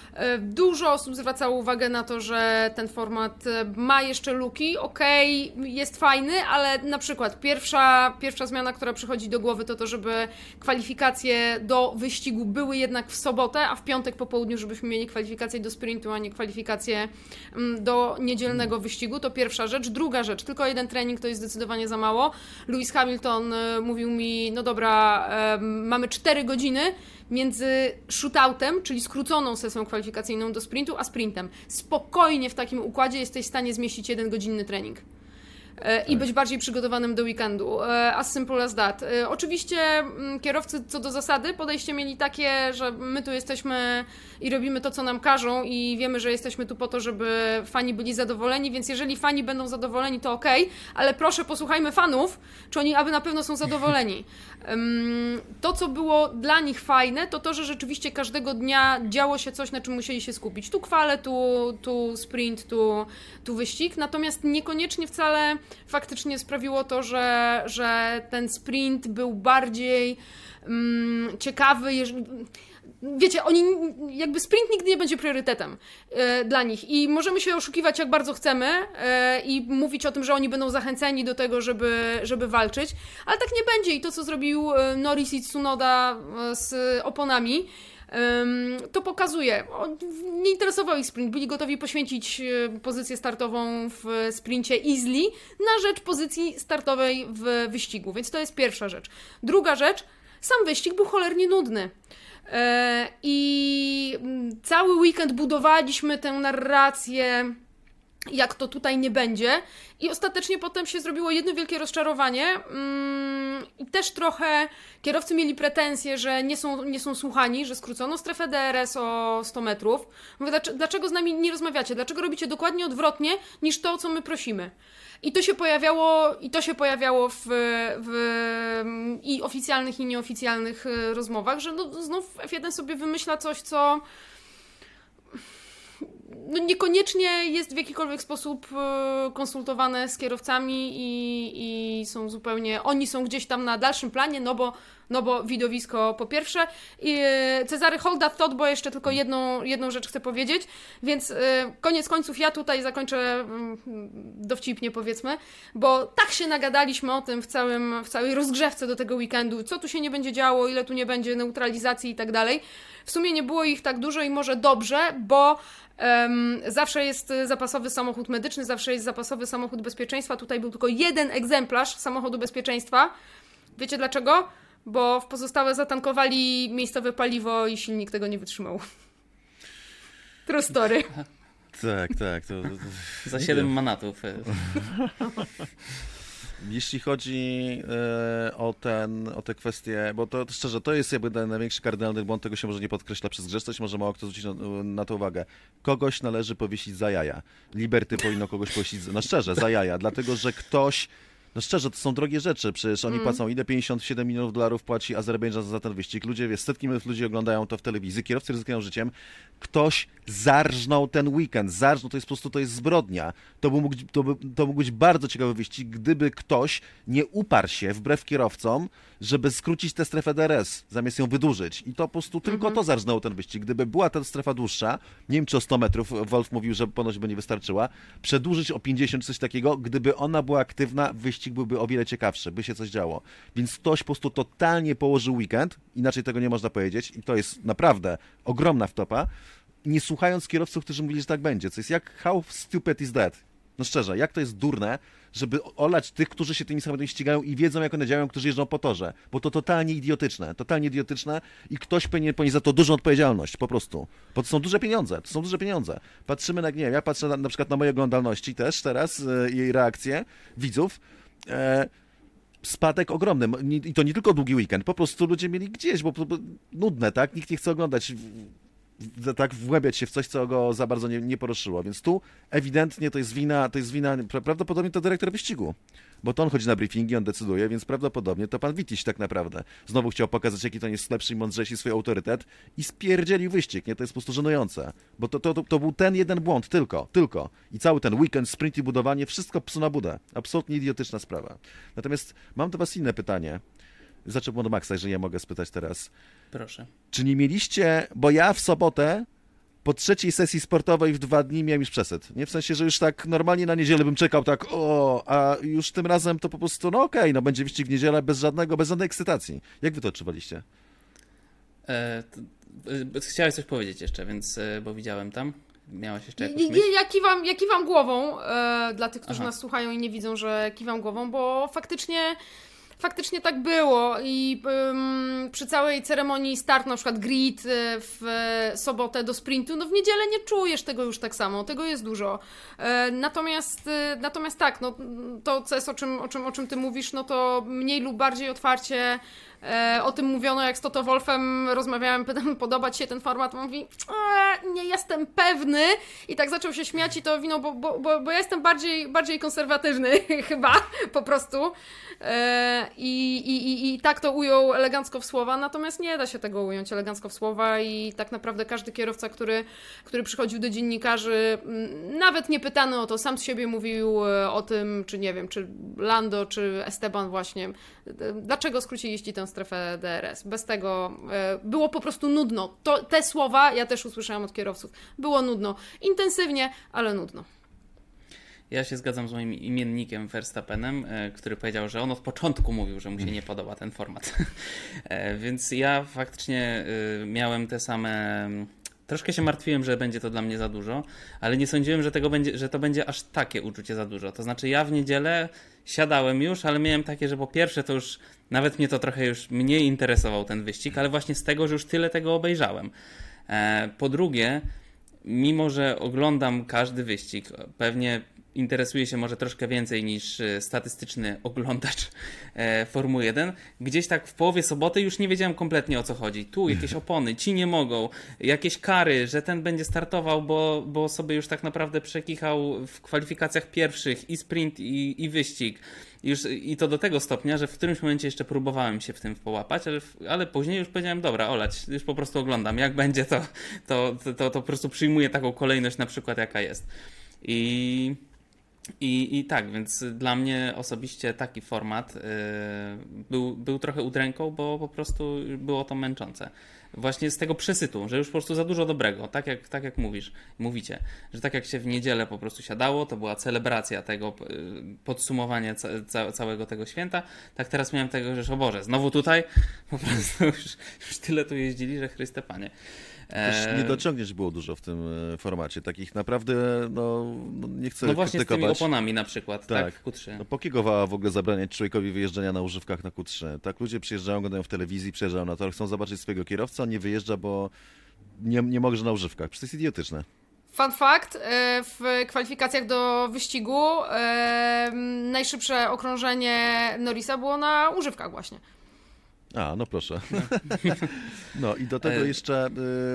Dużo osób zwracało uwagę na to, że ten format ma jeszcze luki, okej, jest fajny, ale na przykład pierwsza zmiana, która przychodzi do głowy, to żeby kwalifikacje do wyścigu były jednak w sobotę, a w piątek po południu, żebyśmy mieli kwalifikacje do sprintu, a nie kwalifikacje do niedzielnego wyścigu. To pierwsza rzecz. Druga rzecz, tylko jeden trening to jest zdecydowanie za mało. Lewis Hamilton mówił mi, no dobra, mamy 4 godziny między shootoutem, czyli skróconą sesją kwalifikacyjną do sprintu, a sprintem. Spokojnie w takim układzie jesteś w stanie zmieścić 1-godzinny trening. I być bardziej przygotowanym do weekendu. As simple as that. Oczywiście kierowcy co do zasady podejście mieli takie, że my tu jesteśmy i robimy to, co nam każą i wiemy, że jesteśmy tu po to, żeby fani byli zadowoleni, więc jeżeli fani będą zadowoleni, to okej, ale proszę posłuchajmy fanów, czy oni aby na pewno są zadowoleni. To, co było dla nich fajne, to, że rzeczywiście każdego dnia działo się coś, na czym musieli się skupić. Tu kwale, tu sprint, tu wyścig, natomiast niekoniecznie wcale faktycznie sprawiło to, że ten sprint był bardziej ciekawy. Wiecie, oni jakby sprint nigdy nie będzie priorytetem dla nich i możemy się oszukiwać jak bardzo chcemy i mówić o tym, że oni będą zachęceni do tego, żeby walczyć, ale tak nie będzie i to, co zrobił Norris i Tsunoda z oponami, to pokazuje. Nie interesował ich sprint, byli gotowi poświęcić pozycję startową w sprincie easily na rzecz pozycji startowej w wyścigu, więc to jest pierwsza rzecz. Druga rzecz, sam wyścig był cholernie nudny. I cały weekend budowaliśmy tę narrację, jak to tutaj nie będzie i ostatecznie potem się zrobiło jedno wielkie rozczarowanie i też trochę kierowcy mieli pretensje, że nie są słuchani, że skrócono strefę DRS o 100 metrów. Mówię, dlaczego z nami nie rozmawiacie? Dlaczego robicie dokładnie odwrotnie niż to, o co my prosimy? I to się pojawiało w i oficjalnych, i nieoficjalnych rozmowach, że no, znów F1 sobie wymyśla coś, co no niekoniecznie jest w jakikolwiek sposób konsultowane z kierowcami i są zupełnie, oni są gdzieś tam na dalszym planie, no bo widowisko po pierwsze. Cezary, hold that thought, bo jeszcze tylko jedną rzecz chcę powiedzieć, więc koniec końców ja tutaj zakończę dowcipnie powiedzmy, bo tak się nagadaliśmy o tym w całej rozgrzewce do tego weekendu, co tu się nie będzie działo, ile tu nie będzie neutralizacji i tak dalej. W sumie nie było ich tak dużo i może dobrze, bo zawsze jest zapasowy samochód medyczny, zawsze jest zapasowy samochód bezpieczeństwa. Tutaj był tylko jeden egzemplarz samochodu bezpieczeństwa. Wiecie dlaczego? Bo w pozostałe zatankowali miejscowe paliwo i silnik tego nie wytrzymał. True story. Tak. Za 7 manatów. Jeśli chodzi o te kwestie, bo to szczerze, to jest jakby największy kardynalny błąd, tego się może nie podkreśla przez grzeczność, może mało kto zwrócić na to uwagę. Kogoś należy powiesić za jaja. Liberty powinno kogoś powiesić, no szczerze, za jaja, dlatego że ktoś, no szczerze, to są drogie rzeczy, przecież oni płacą ile? 57 milionów dolarów płaci Azerbejdżan za ten wyścig. Ludzie, setki milionów ludzi oglądają to w telewizji, kierowcy ryzykują życiem. Ktoś zarżnął ten weekend, to jest po prostu, to jest zbrodnia. To mógł być bardzo ciekawy wyścig, gdyby ktoś nie uparł się, wbrew kierowcom, żeby skrócić tę strefę DRS, zamiast ją wydłużyć. I to po prostu tylko to zarżnęło ten wyścig. Gdyby była ta strefa dłuższa, nie wiem czy o 100 metrów, Wolf mówił, że ponoć by nie wystarczyła, przedłużyć o 50 czy coś takiego, gdyby ona była aktywna, wyścig byłby o wiele ciekawszy, by się coś działo. Więc ktoś po prostu totalnie położył weekend, inaczej tego nie można powiedzieć i to jest naprawdę ogromna wtopa, nie słuchając kierowców, którzy mówili, że tak będzie. Co jest jak how stupid is that? No szczerze, jak to jest durne, żeby olać tych, którzy się tymi samochodami ścigają i wiedzą, jak one działają, którzy jeżdżą po torze. Bo to totalnie idiotyczne i ktoś powinien ponieść za to dużą odpowiedzialność, po prostu. Bo to są duże pieniądze, Patrzymy na, nie wiem, ja patrzę na przykład na moje oglądalności też teraz, jej reakcje widzów, spadek ogromny. I to nie tylko długi weekend, po prostu ludzie mieli gdzieś, bo nudne, tak? Nikt nie chce oglądać, tak wgłębiać się w coś, co go za bardzo nie poruszyło. Więc tu ewidentnie to jest wina, prawdopodobnie to dyrektor wyścigu. Bo to on chodzi na briefingi, on decyduje, więc prawdopodobnie to pan Witiś tak naprawdę. Znowu chciał pokazać, jaki to jest lepszy i mądrzejszy swój autorytet i spierdzielił wyścig, nie? To jest po prostu żenujące. Bo to był ten jeden błąd, tylko. I cały ten weekend, sprint i budowanie, wszystko psu na budę. Absolutnie idiotyczna sprawa. Natomiast mam do was inne pytanie. Zacząłbym od Maxa, jeżeli ja mogę spytać teraz. Proszę. Czy nie mieliście, bo ja w sobotę po trzeciej sesji sportowej w 2 dni miałem już przesyt. Nie w sensie, że już tak normalnie na niedzielę bym czekał tak, a już tym razem to po prostu, no okej, no będzie wyścig w niedzielę bez żadnej ekscytacji. Jak wy to odczuwaliście? Chciałeś coś powiedzieć jeszcze, więc, bo widziałem tam. Miałaś jeszcze jakąś myśl? Ja kiwam głową dla tych, którzy nas słuchają i nie widzą, że kiwam głową, bo faktycznie tak było i przy całej ceremonii start, na przykład grid w sobotę do sprintu, no w niedzielę nie czujesz tego już tak samo, tego jest dużo. Natomiast tak, no to co jest, o czym ty mówisz, no to mniej lub bardziej otwarcie o tym mówiono, jak z Toto Wolffem rozmawiałem, pytam, podoba ci się ten format? On mówi, nie jestem pewny i tak zaczął się śmiać i to wino, bo ja jestem bardziej konserwatywny chyba, po prostu. I tak to ujął elegancko w słowa, natomiast nie da się tego ująć elegancko w słowa i tak naprawdę każdy kierowca, który przychodził do dziennikarzy, nawet nie pytany o to, sam z siebie mówił o tym, czy nie wiem, czy Lando, czy Esteban właśnie, dlaczego skróciliście tę strefę DRS. Bez tego było po prostu nudno. Te słowa ja też usłyszałam od kierowców. Było nudno. Intensywnie, ale nudno. Ja się zgadzam z moim imiennikiem Verstappenem, który powiedział, że on od początku mówił, że mu się nie podoba ten format. Więc ja faktycznie miałem te same... Troszkę się martwiłem, że będzie to dla mnie za dużo, ale nie sądziłem, że to będzie aż takie uczucie za dużo. To znaczy ja w niedzielę siadałem już, ale miałem takie, że po pierwsze to już nawet mnie to trochę już mniej interesował ten wyścig, ale właśnie z tego, że już tyle tego obejrzałem. Po drugie, mimo że oglądam każdy wyścig, pewnie interesuje się może troszkę więcej niż statystyczny oglądacz Formuły 1. Gdzieś tak w połowie soboty już nie wiedziałem kompletnie, o co chodzi. Tu jakieś opony, ci nie mogą, jakieś kary, że ten będzie startował, bo sobie już tak naprawdę przekichał w kwalifikacjach pierwszych i sprint i wyścig. I to do tego stopnia, że w którymś momencie jeszcze próbowałem się w tym połapać, ale później już powiedziałem, dobra, olać, już po prostu oglądam. Jak będzie, to po prostu przyjmuję taką kolejność na przykład, jaka jest. I tak, więc dla mnie osobiście taki format był trochę udręką, bo po prostu było to męczące. Właśnie z tego przesytu, że już po prostu za dużo dobrego, tak jak mówicie, że tak jak się w niedzielę po prostu siadało, to była celebracja tego, podsumowanie całego tego święta, tak teraz miałem tego, że o Boże, znowu tutaj, po prostu już tyle tu jeździli, że Chryste Panie. Też niedociągnięć było dużo w tym formacie, takich naprawdę, nie chcę No właśnie krytykować. z tymi oponami na przykład, tak w Q3. No pokiegowa w ogóle zabraniać człowiekowi wyjeżdżania na używkach na Q3. Tak, ludzie przyjeżdżają, oglądają w telewizji, przyjeżdżają na tor, chcą zobaczyć swojego kierowcę, on nie wyjeżdża, bo nie może na używkach. Przecież to jest idiotyczne. Fun fact, w kwalifikacjach do wyścigu najszybsze okrążenie Norrisa było na używkach właśnie. No proszę. No i do tego jeszcze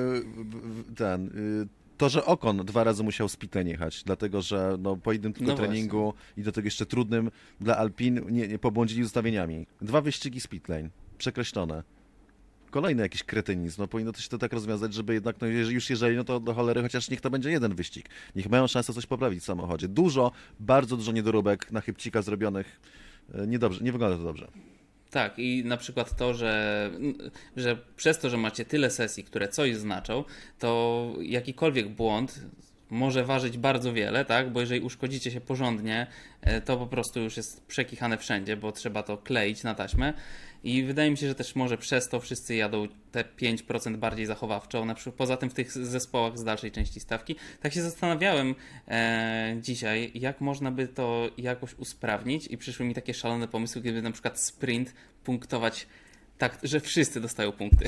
to, że Ocon 2 razy musiał z pitlane jechać, dlatego że po jednym tylko treningu i do tego jeszcze trudnym dla Alpine nie pobłądzili ustawieniami. 2 wyścigi z pitlane, przekreślone. Kolejny jakiś kretynizm, powinno to się to tak rozwiązać, żeby jednak, jeżeli, to do cholery chociaż niech to będzie jeden wyścig. Niech mają szansę coś poprawić w samochodzie. Bardzo dużo niedoróbek na chybcika zrobionych. Niedobrze, nie wygląda to dobrze. Tak, i na przykład to, że przez to, że macie tyle sesji, które coś znaczą, to jakikolwiek błąd może ważyć bardzo wiele, tak? Bo jeżeli uszkodzicie się porządnie, to po prostu już jest przekichane wszędzie, bo trzeba to kleić na taśmę. I wydaje mi się, że też może przez to wszyscy jadą te 5% bardziej zachowawczo, na przykład poza tym w tych zespołach z dalszej części stawki. Tak się zastanawiałem dzisiaj, jak można by to jakoś usprawnić i przyszły mi takie szalone pomysły, gdyby na przykład sprint punktować tak, że wszyscy dostają punkty.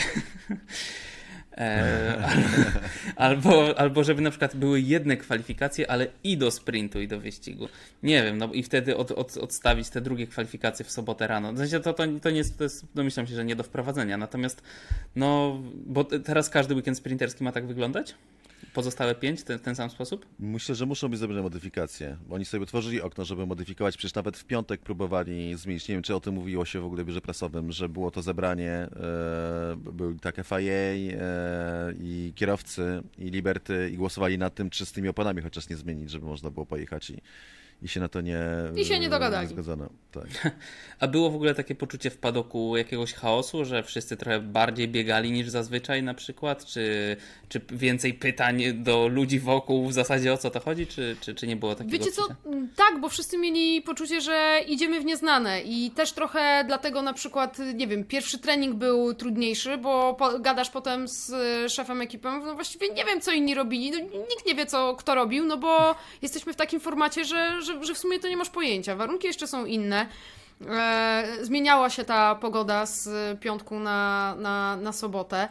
Albo żeby na przykład były jedne kwalifikacje, ale i do sprintu, i do wyścigu. Nie wiem, i wtedy odstawić te drugie kwalifikacje w sobotę rano. W sensie to nie jest, domyślam się, że nie do wprowadzenia. Natomiast, bo teraz każdy weekend sprinterski ma tak wyglądać? Pozostałe 5 w ten sam sposób? Myślę, że muszą być zrobione modyfikacje. Oni sobie tworzyli okno, żeby modyfikować. Przecież nawet w piątek próbowali zmienić. Nie wiem, czy o tym mówiło się w ogóle w biurze prasowym, że było to zebranie, był tak FIA i kierowcy i Liberty i głosowali nad tym, czy z tymi oponami chociaż nie zmienić, żeby można było pojechać i się na to nie dogadali. zgadzono. Tak. A było w ogóle takie poczucie w padoku jakiegoś chaosu, że wszyscy trochę bardziej biegali niż zazwyczaj na przykład? Czy więcej pytań do ludzi wokół w zasadzie o co to chodzi? Czy nie było takiego Wiecie co? odczucia? Tak, bo wszyscy mieli poczucie, że idziemy w nieznane i też trochę dlatego na przykład, nie wiem, pierwszy trening był trudniejszy, bo gadasz potem z szefem ekipy, no właściwie nie wiem co inni robili, no, nikt nie wie kto robił, no bo jesteśmy w takim formacie, że w sumie to nie masz pojęcia. Warunki jeszcze są inne. Zmieniała się ta pogoda z piątku na sobotę.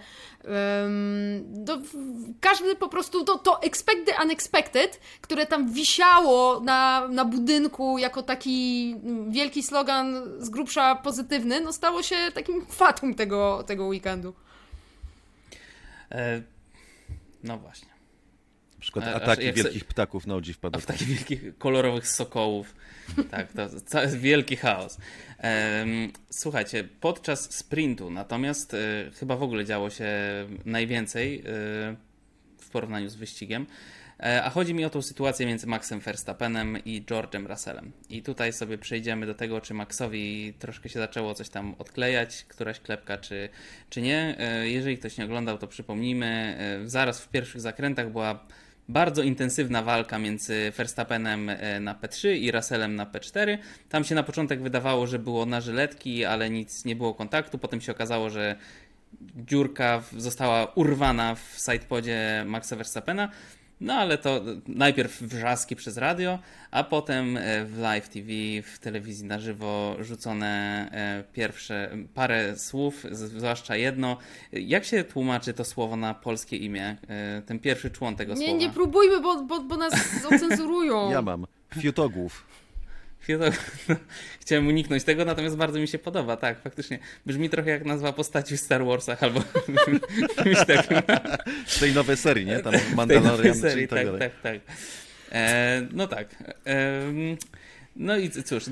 Każdy po prostu to expect the unexpected, które tam wisiało na budynku jako taki wielki slogan z grubsza pozytywny, no stało się takim fatum tego weekendu. No właśnie. Na przykład ataki wielkich ptaków na OG w padoku. Ataki wielkich kolorowych sokołów. Tak, to jest wielki chaos. Słuchajcie, podczas sprintu natomiast chyba w ogóle działo się najwięcej w porównaniu z wyścigiem. A chodzi mi o tą sytuację między Maxem Verstappenem i George'em Russellem. I tutaj sobie przejdziemy do tego, czy Maxowi troszkę się zaczęło coś tam odklejać, któraś klepka, czy nie. Jeżeli ktoś nie oglądał, to przypomnijmy. Zaraz w pierwszych zakrętach była bardzo intensywna walka między Verstappenem na P3 i Russellem na P4. Tam się na początek wydawało, że było na żyletki, ale nic nie było kontaktu. Potem się okazało, że dziurka została urwana w sidepodzie Maxa Verstappena. No ale to najpierw wrzaski przez radio, a potem w live TV, w telewizji na żywo rzucone pierwsze parę słów, zwłaszcza jedno. Jak się tłumaczy to słowo na polskie imię? Ten pierwszy człon tego słowa. Nie próbujmy, bo nas ocenzurują. Ja mam. Fiutogłów. Chciałem uniknąć tego, natomiast bardzo mi się podoba. Tak, faktycznie. Brzmi trochę jak nazwa postaci w Star Warsach albo czymś takim. Z tej nowej serii, nie? Tam Mandalorian serii, tak. Tak. No tak. No i cóż,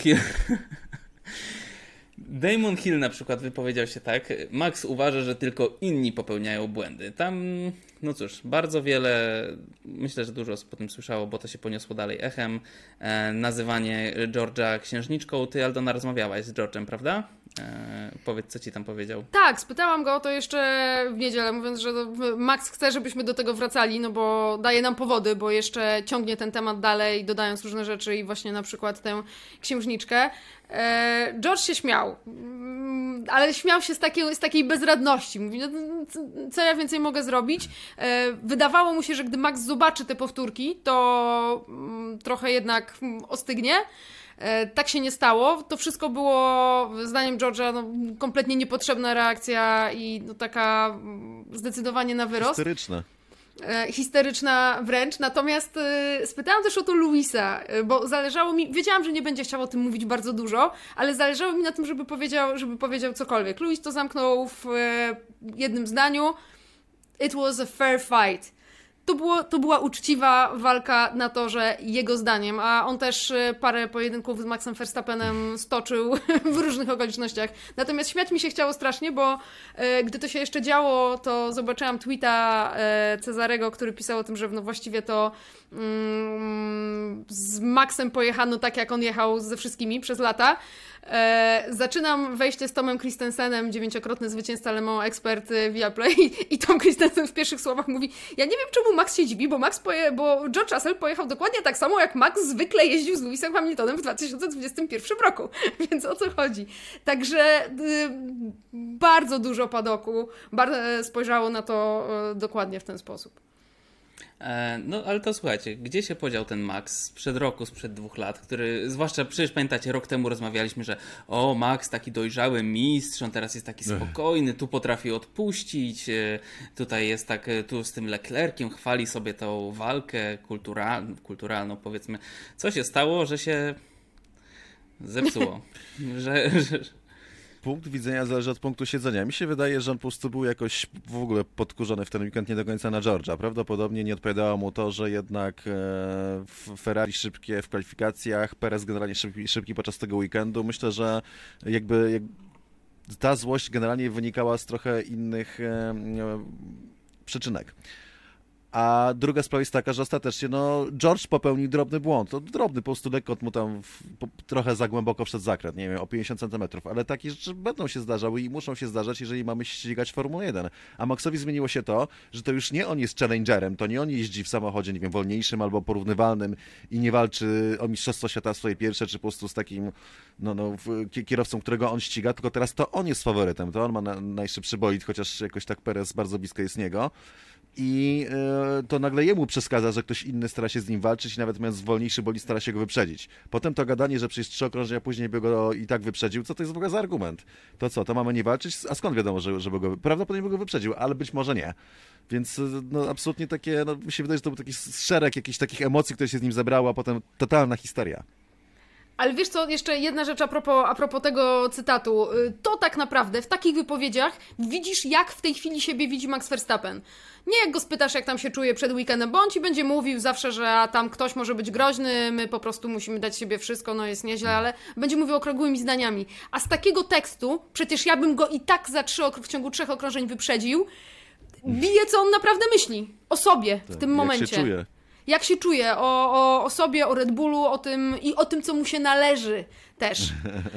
Damon Hill na przykład wypowiedział się tak: Max uważa, że tylko inni popełniają błędy. Tam, no cóż, bardzo wiele, myślę, że dużo osób o tym słyszało, bo to się poniosło dalej echem. Nazywanie George'a księżniczką. Ty, Aldona, rozmawiałaś z George'em, prawda? Powiedz, co ci tam powiedział. Tak, spytałam go o to jeszcze w niedzielę, mówiąc, że Max chce, żebyśmy do tego wracali, no bo daje nam powody, bo jeszcze ciągnie ten temat dalej, dodając różne rzeczy i właśnie na przykład tę księżniczkę. George się śmiał, ale śmiał się z takiej bezradności. Mówi, no, co ja więcej mogę zrobić? Wydawało mu się, że gdy Max zobaczy te powtórki, to trochę jednak ostygnie. Tak się nie stało. To wszystko było, zdaniem George'a, no, kompletnie niepotrzebna reakcja i no, taka zdecydowanie na wyrost. Histeryczna wręcz. Natomiast spytałam też o to Louisa, bo zależało mi, wiedziałam, że nie będzie chciał o tym mówić bardzo dużo, ale zależało mi na tym, żeby powiedział cokolwiek. Louis to zamknął w jednym zdaniu: It was a fair fight. To była uczciwa walka na torze, jego zdaniem, a on też parę pojedynków z Maxem Verstappenem stoczył w różnych okolicznościach. Natomiast śmiać mi się chciało strasznie, bo gdy to się jeszcze działo, to zobaczyłam tweeta Cezarego, który pisał o tym, że no właściwie to z Maxem pojechano tak, jak on jechał ze wszystkimi przez lata. Zaczynam wejście z Tomem Christensenem, 9-krotny zwycięzca Le Mans, ekspert Viaplay, i Tom Christensen w pierwszych słowach mówi: ja nie wiem, czemu Max się dziwi, bo George Russell pojechał dokładnie tak samo, jak Max zwykle jeździł z Lewisem Hamiltonem w 2021 roku, więc o co chodzi? Także bardzo dużo padoku spojrzało na to dokładnie w ten sposób. No ale to słuchajcie, gdzie się podział ten Max sprzed roku, sprzed 2 lat, który, zwłaszcza przecież pamiętacie, rok temu rozmawialiśmy, że Max taki dojrzały mistrz, on teraz jest taki spokojny, tu potrafi odpuścić, tutaj jest tak, tu z tym Leclerciem chwali sobie tą walkę kulturalną, powiedzmy. Co się stało, że się zepsuło? że Punkt widzenia zależy od punktu siedzenia. Mi się wydaje, że on po prostu był jakoś w ogóle podkurzony w ten weekend nie do końca na George'a. Prawdopodobnie nie odpowiadało mu to, że jednak Ferrari szybkie w kwalifikacjach, Perez generalnie szybki podczas tego weekendu. Myślę, że jakby ta złość generalnie wynikała z trochę innych przyczynek. A druga sprawa jest taka, że ostatecznie George popełnił drobny błąd. To drobny, po prostu lekko mu tam trochę za głęboko wszedł zakręt, nie wiem, o 50 centymetrów, ale takie rzeczy będą się zdarzały i muszą się zdarzać, jeżeli mamy ścigać Formułę 1. A Maxowi zmieniło się to, że to już nie on jest challengerem, to nie on jeździ w samochodzie, nie wiem, wolniejszym albo porównywalnym i nie walczy o mistrzostwo świata swoje pierwsze, czy po prostu z takim kierowcą, którego on ściga, tylko teraz to on jest faworytem, to on ma najszybszy bolid, chociaż jakoś tak Perez bardzo blisko jest niego. I to nagle jemu przeszkadza, że ktoś inny stara się z nim walczyć i nawet mając wolniejszy bolid stara się go wyprzedzić. Potem to gadanie, że przecież 3 okrążenia później by go i tak wyprzedził, co to jest w ogóle za argument? To co, to mamy nie walczyć? A skąd wiadomo, żeby go... Prawdopodobnie by go wyprzedził, ale być może nie. Więc absolutnie takie, mi się wydaje, że to był taki szereg jakichś takich emocji, które się z nim zebrało, a potem totalna historia. Ale wiesz co, jeszcze jedna rzecz a propos tego cytatu. To tak naprawdę w takich wypowiedziach widzisz, jak w tej chwili siebie widzi Max Verstappen. Nie jak go spytasz, jak tam się czuje przed weekendem, bo on ci będzie mówił zawsze, że tam ktoś może być groźny, my po prostu musimy dać siebie wszystko, jest nieźle, ale będzie mówił okrągłymi zdaniami. A z takiego tekstu, przecież ja bym go i tak w ciągu 3 okrążeń wyprzedził, bije, co on naprawdę myśli o sobie w tym momencie. Jak się czuje. Jak się czuje o sobie, o Red Bullu, o tym, co mu się należy też.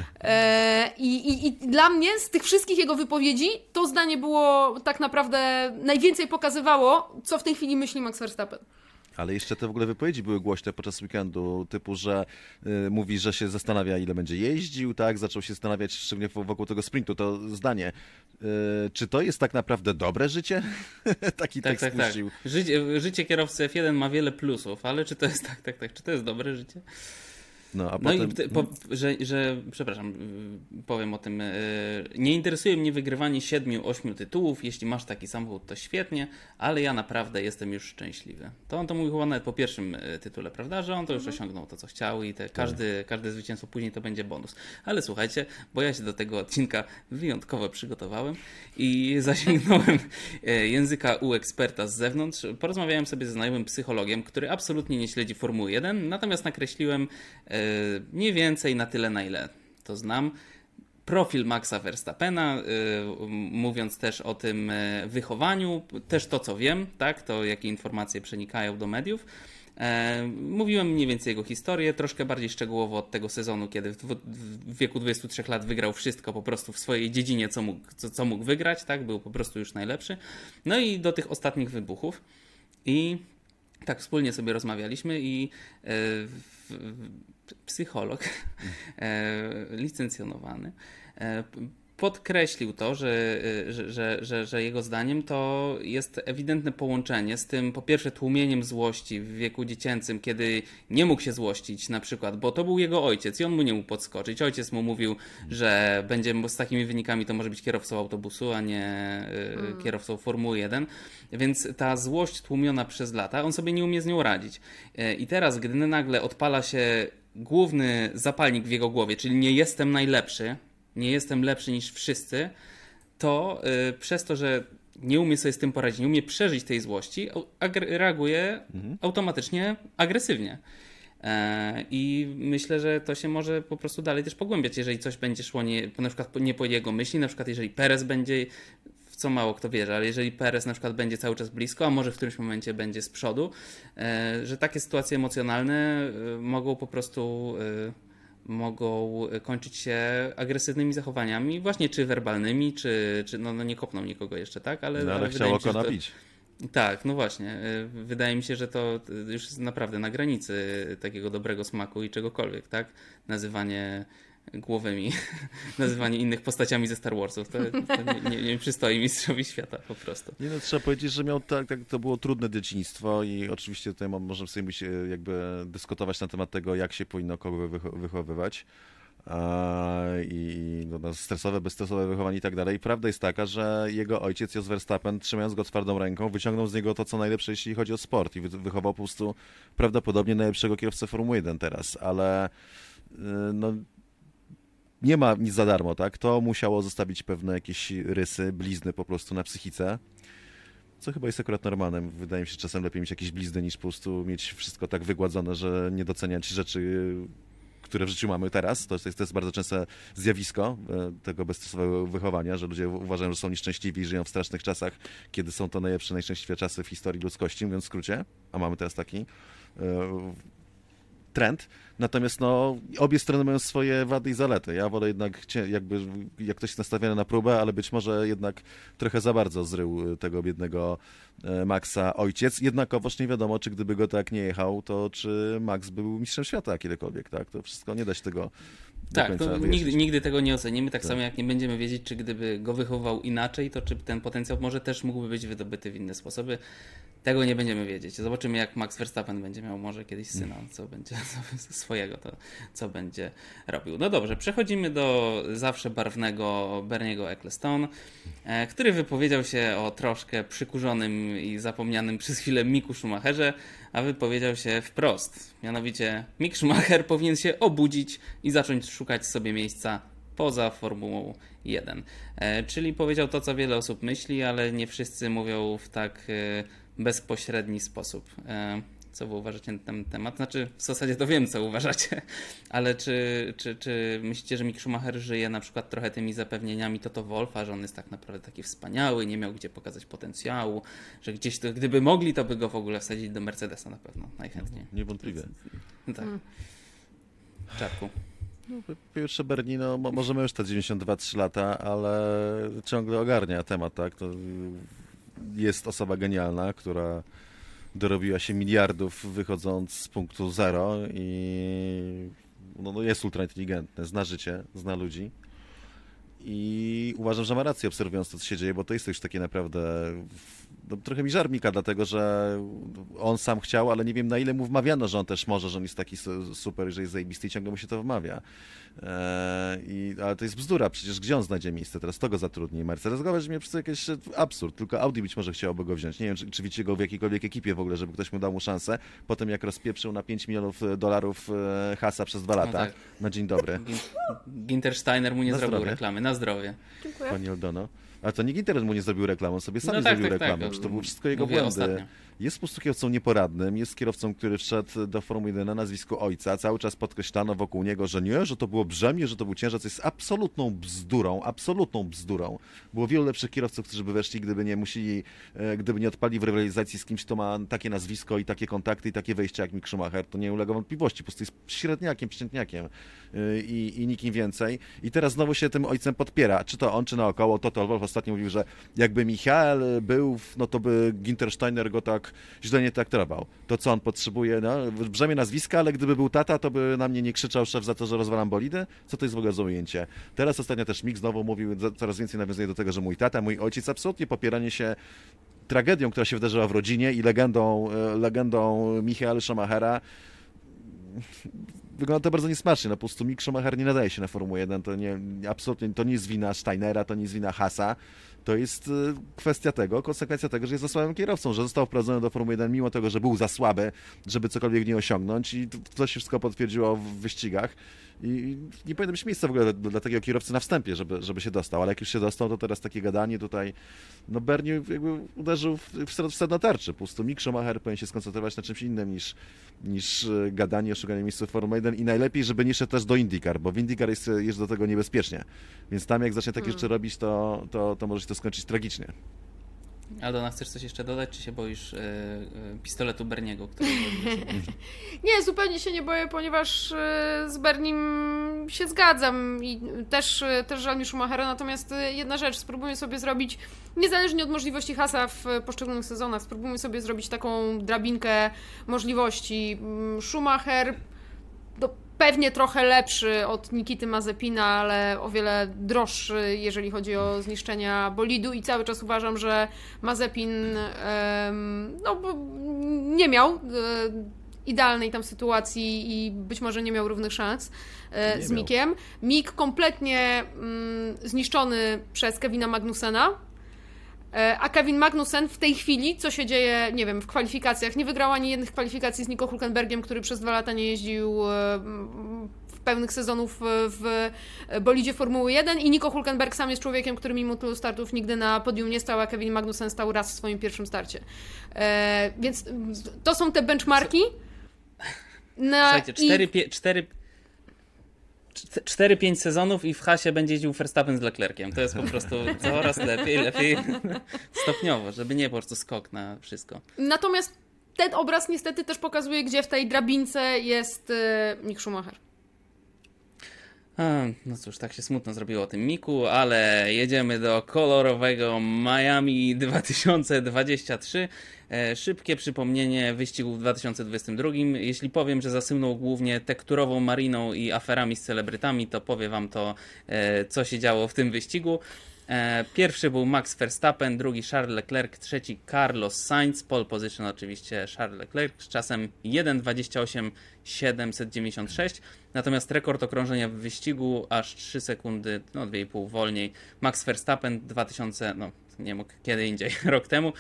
I dla mnie z tych wszystkich jego wypowiedzi to zdanie było tak naprawdę najwięcej pokazywało, co w tej chwili myśli Max Verstappen. Ale jeszcze te w ogóle wypowiedzi były głośne podczas weekendu, typu, że mówi, że się zastanawia, ile będzie jeździł, tak? Zaczął się zastanawiać szczególnie wokół tego sprintu. To zdanie. Czy to jest tak naprawdę dobre życie? Taki tekst puścił. Tak. Życie kierowcy F1 ma wiele plusów, ale czy to jest czy to jest dobre życie? A potem... Przepraszam, powiem o tym. Nie interesuje mnie wygrywanie 7-8 tytułów. Jeśli masz taki samochód, to świetnie, ale ja naprawdę jestem już szczęśliwy. To on to mówił chyba nawet po pierwszym tytule, prawda? Że on to już osiągnął to, co chciał i każde zwycięstwo później to będzie bonus. Ale słuchajcie, bo ja się do tego odcinka wyjątkowo przygotowałem i zasięgnąłem języka u eksperta z zewnątrz. Porozmawiałem sobie ze znajomym psychologiem, który absolutnie nie śledzi Formuły 1, natomiast nakreśliłem mniej więcej na tyle, na ile to znam, profil Maxa Verstappena, mówiąc też o tym wychowaniu, też to, co wiem, tak, to jakie informacje przenikają do mediów. Mówiłem mniej więcej jego historię, troszkę bardziej szczegółowo od tego sezonu, kiedy w wieku 23 lat wygrał wszystko po prostu w swojej dziedzinie, co mógł wygrać, tak, był po prostu już najlepszy. No i do tych ostatnich wybuchów. I tak wspólnie sobie rozmawialiśmy i psycholog licencjonowany podkreślił to, że jego zdaniem to jest ewidentne połączenie z tym, po pierwsze, tłumieniem złości w wieku dziecięcym, kiedy nie mógł się złościć na przykład, bo to był jego ojciec i on mu nie mógł podskoczyć. Ojciec mu mówił, że będzie z takimi wynikami to może być kierowcą autobusu, a nie kierowcą Formuły 1. Więc ta złość tłumiona przez lata, on sobie nie umie z nią radzić. I teraz, gdy nagle odpala się główny zapalnik w jego głowie, czyli nie jestem najlepszy, nie jestem lepszy niż wszyscy, to przez to, że nie umie sobie z tym poradzić, nie umie przeżyć tej złości, reaguje automatycznie agresywnie. I myślę, że to się może po prostu dalej też pogłębiać, jeżeli coś będzie szło na przykład nie po jego myśli, na przykład jeżeli Perez będzie, w co mało kto wierzy, ale jeżeli Perez na przykład będzie cały czas blisko, a może w którymś momencie będzie z przodu, że takie sytuacje emocjonalne mogą po prostu kończyć się agresywnymi zachowaniami, właśnie czy werbalnymi, czy nie kopną nikogo jeszcze, tak? Ale chciał oko nabić. Tak, no właśnie. Wydaje mi się, że to już jest naprawdę na granicy takiego dobrego smaku i czegokolwiek, tak? Nazywanie głowymi, nazywanie innych postaciami ze Star Warsów. To nie przystoi mistrzowi świata po prostu. Trzeba powiedzieć, że miał to było trudne dzieciństwo i oczywiście tutaj możemy sobie jakby dyskutować na temat tego, jak się powinno kogo wychowywać. I stresowe, bezstresowe wychowanie i tak dalej. Prawda jest taka, że jego ojciec, Jos Verstappen, trzymając go twardą ręką, wyciągnął z niego to, co najlepsze, jeśli chodzi o sport i wychował po prostu prawdopodobnie najlepszego kierowcę Formuły 1 teraz, ale nie ma nic za darmo, tak? To musiało zostawić pewne jakieś rysy, blizny po prostu na psychice, co chyba jest akurat normalne. Wydaje mi się, że czasem lepiej mieć jakieś blizny, niż po prostu mieć wszystko tak wygładzone, że nie doceniać rzeczy, które w życiu mamy teraz. To jest bardzo częste zjawisko tego bezstresowego wychowania, że ludzie uważają, że są nieszczęśliwi i żyją w strasznych czasach, kiedy są to najlepsze, najszczęśliwsze czasy w historii ludzkości, mówiąc w skrócie, a mamy teraz taki trend. Natomiast obie strony mają swoje wady i zalety. Ja wolę jednak, jak ktoś jest nastawiony na próbę, ale być może jednak trochę za bardzo zrył tego biednego Maxa ojciec. Jednakowoż nie wiadomo, czy gdyby go tak nie jechał, to czy Max był mistrzem świata kiedykolwiek, tak? To wszystko nie da się tego do końca to wyjaśnić. nigdy tego nie ocenimy, tak samo jak nie będziemy wiedzieć, czy gdyby go wychowywał inaczej, to czy ten potencjał może też mógłby być wydobyty w inne sposoby. Tego nie będziemy wiedzieć. Zobaczymy, jak Max Verstappen będzie miał może kiedyś syna, co będzie swojego, to co będzie robił. No dobrze, przechodzimy do zawsze barwnego Berniego Ecclestone, który wypowiedział się o troszkę przykurzonym i zapomnianym przez chwilę Micku Schumacherze, a wypowiedział się wprost. Mianowicie Mick Schumacher powinien się obudzić i zacząć szukać sobie miejsca poza Formułą 1. Czyli powiedział to, co wiele osób myśli, ale nie wszyscy mówią w tak bezpośredni sposób. Co wy uważacie na ten temat? Znaczy, w zasadzie to wiem, co uważacie, ale czy myślicie, że Mick Schumacher żyje na przykład trochę tymi zapewnieniami Toto Wolffa, że on jest tak naprawdę taki wspaniały, nie miał gdzie pokazać potencjału, że gdzieś to, gdyby mogli, to by go w ogóle wsadzić do Mercedesa na pewno, najchętniej. Niewątpliwie. No tak. Czarku. Po pierwsze Bernie, możemy już te 92-3 lata, ale ciągle ogarnia temat, tak? To jest osoba genialna, która dorobiła się miliardów wychodząc z punktu zero i jest ultrainteligentny, zna życie, zna ludzi i uważam, że ma rację obserwując to, co się dzieje, bo to jest już takie naprawdę trochę mi żar mika, dlatego że on sam chciał, ale nie wiem, na ile mu wmawiano, że on też może, że on jest taki super, że jest zajebisty i ciągle mu się to wmawia. Ale to jest bzdura, przecież gdzie on znajdzie miejsce? Teraz to go zatrudni. Mercedes go weźmie przez jakiś absurd, tylko Audi być może chciałoby go wziąć. Nie wiem, czy widzicie go w jakiejkolwiek ekipie w ogóle, żeby ktoś mu dał mu szansę. Potem jak rozpieprzył na $5 milionów hasa przez 2 lata. Tak. Na dzień dobry. Ginter Steiner mu nie zrobił reklamy. Na zdrowie. Dziękuję. Pani Aldono. Ale to nikt Inter mu nie zrobił reklamy, on sobie sam zrobił reklamę. To było wszystko jego błędy. Ostatnio. Jest po prostu kierowcą nieporadnym, jest kierowcą, który wszedł do Formuły 1 na nazwisku ojca. Cały czas podkreślano wokół niego, że nie, że to było brzemię, że to był ciężar, co jest absolutną bzdurą. Było wielu lepszych kierowców, którzy by weszli, gdyby nie odpali w rywalizacji z kimś, kto ma takie nazwisko i takie kontakty i takie wejścia jak Mick Schumacher. To nie ulega wątpliwości, po prostu jest średniakiem, przeciętniakiem i nikim więcej. I teraz znowu się tym ojcem podpiera, czy to on, czy naokoło. Toto Wolff ostatnio mówił, że jakby Michael był, to by Ginter Steiner go tak źle nie traktował. To co on potrzebuje, brzemię nazwiska, ale gdyby był tata, to by na mnie nie krzyczał szef za to, że rozwalam bolidy? Co to jest w ogóle za ujęcie? Teraz ostatnio też Mick znowu mówił, coraz więcej nawiązuje do tego, że mój tata, mój ojciec, absolutnie popieranie się tragedią, która się wydarzyła w rodzinie i legendą Michaela Schumachera. Wygląda to bardzo niesmacznie. Po prostu Mick Schumacher nie nadaje się na Formułę 1. Absolutnie to nie jest wina Steinera, to nie jest wina Hasa. To jest konsekwencja tego, że jest za słabym kierowcą, że został wprowadzony do Formuły 1 mimo tego, że był za słaby, żeby cokolwiek nie osiągnąć i to się wszystko potwierdziło w wyścigach. I nie powinno być miejsca w ogóle dla takiego kierowcy na wstępie, żeby się dostał, ale jak już się dostał, to teraz takie gadanie tutaj, Bernie jakby uderzył w sedno tarczy. Po prostu Mick Schumacher powinien się skoncentrować na czymś innym niż gadanie, szukanie miejsca w Formule 1 i najlepiej, żeby nie szedł też do IndyCar, bo w IndyCar jest do tego niebezpiecznie. Więc tam jak zacznie takie rzeczy robić, to może się to skończyć tragicznie. Aldona, chcesz coś jeszcze dodać, czy się boisz pistoletu Berniego, który Nie, zupełnie się nie boję, ponieważ z Bernim się zgadzam i też żal mi Schumachera, natomiast jedna rzecz, spróbujmy sobie zrobić, niezależnie od możliwości Hasa w poszczególnych sezonach, spróbujmy sobie zrobić taką drabinkę możliwości. Schumacher pewnie trochę lepszy od Nikity Mazepina, ale o wiele droższy, jeżeli chodzi o zniszczenia bolidu i cały czas uważam, że Mazepin nie miał idealnej tam sytuacji i być może nie miał równych szans z Mickiem. Mick kompletnie zniszczony przez Kevina Magnusena. A Kevin Magnussen w tej chwili, co się dzieje, nie wiem, w kwalifikacjach, nie wygrał ani jednych kwalifikacji z Nico Hülkenbergiem, który przez 2 lata nie jeździł w pełnych sezonów w bolidzie Formuły 1 i Nico Hülkenberg sam jest człowiekiem, który mimo tylu startów nigdy na podium nie stał, a Kevin Magnussen stał raz w swoim pierwszym starcie. Więc to są te benchmarki. Słuchajcie, 4-5 sezonów i w Hasie będzie jeździł Verstappen z Leclerciem. To jest po prostu coraz lepiej stopniowo, żeby nie po prostu skok na wszystko. Natomiast ten obraz niestety też pokazuje, gdzie w tej drabince jest Mick Schumacher. No cóż, tak się smutno zrobiło o tym Miku, ale jedziemy do kolorowego Miami 2023. Szybkie przypomnienie wyścigu w 2022. Jeśli powiem, że zasłynął głównie tekturową mariną i aferami z celebrytami, to powie wam to, co się działo w tym wyścigu. Pierwszy był Max Verstappen, drugi Charles Leclerc, trzeci Carlos Sainz, pole position oczywiście Charles Leclerc z czasem 1:28.796, natomiast rekord okrążenia w wyścigu aż 3 sekundy, 2,5 wolniej. Max Verstappen 2000, nie mógł kiedy indziej, rok temu,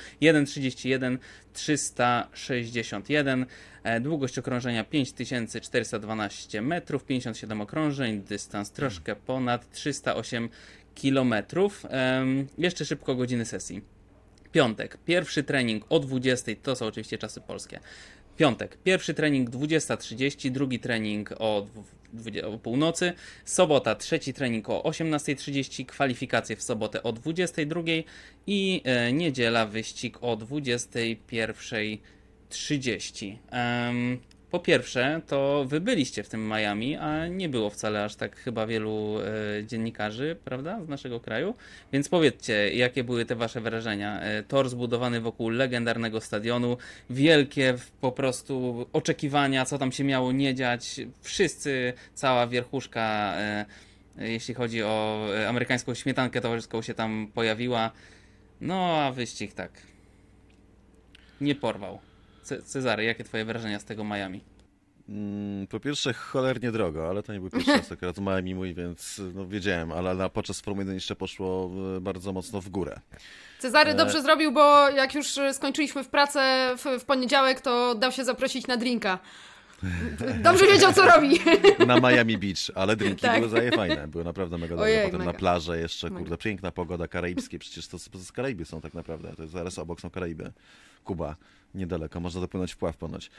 1:31.361, długość okrążenia 5412 metrów, 57 okrążeń, dystans troszkę ponad 308 kilometrów. Jeszcze szybko godziny sesji. Piątek, pierwszy trening o 20, to są oczywiście czasy polskie. Piątek, pierwszy trening 20:30, drugi trening o północy. Sobota, trzeci trening o 18:30, kwalifikacje w sobotę o 22:00 i niedziela wyścig o 21:30. Po pierwsze, to wy byliście w tym Miami, a nie było wcale aż tak chyba wielu dziennikarzy, prawda, z naszego kraju. Więc powiedzcie, jakie były te wasze wrażenia? Tor zbudowany wokół legendarnego stadionu, wielkie po prostu oczekiwania, co tam się miało nie dziać. Wszyscy, cała wierchuszka, jeśli chodzi o amerykańską śmietankę towarzyską, się tam pojawiła. No, a wyścig tak nie porwał. Cezary, jakie twoje wrażenia z tego Miami? Po pierwsze, cholernie drogo, ale to nie był pierwszy raz akurat Miami mój, więc wiedziałem, ale podczas Formuły 1 jeszcze poszło bardzo mocno w górę. Cezary dobrze zrobił, bo jak już skończyliśmy w pracę w poniedziałek, to dał się zaprosić na drinka. Dobrze wiedział, co robi. Na Miami Beach, ale drinki Tak. były fajne, były naprawdę mega dobre. Ojej, Potem mega. na plażę jeszcze, kurde, piękna pogoda, karaibskie, przecież to z Karaiby są tak naprawdę, to jest zaraz obok są Karaiby, Kuba, niedaleko, można dopłynąć w pław ponoć.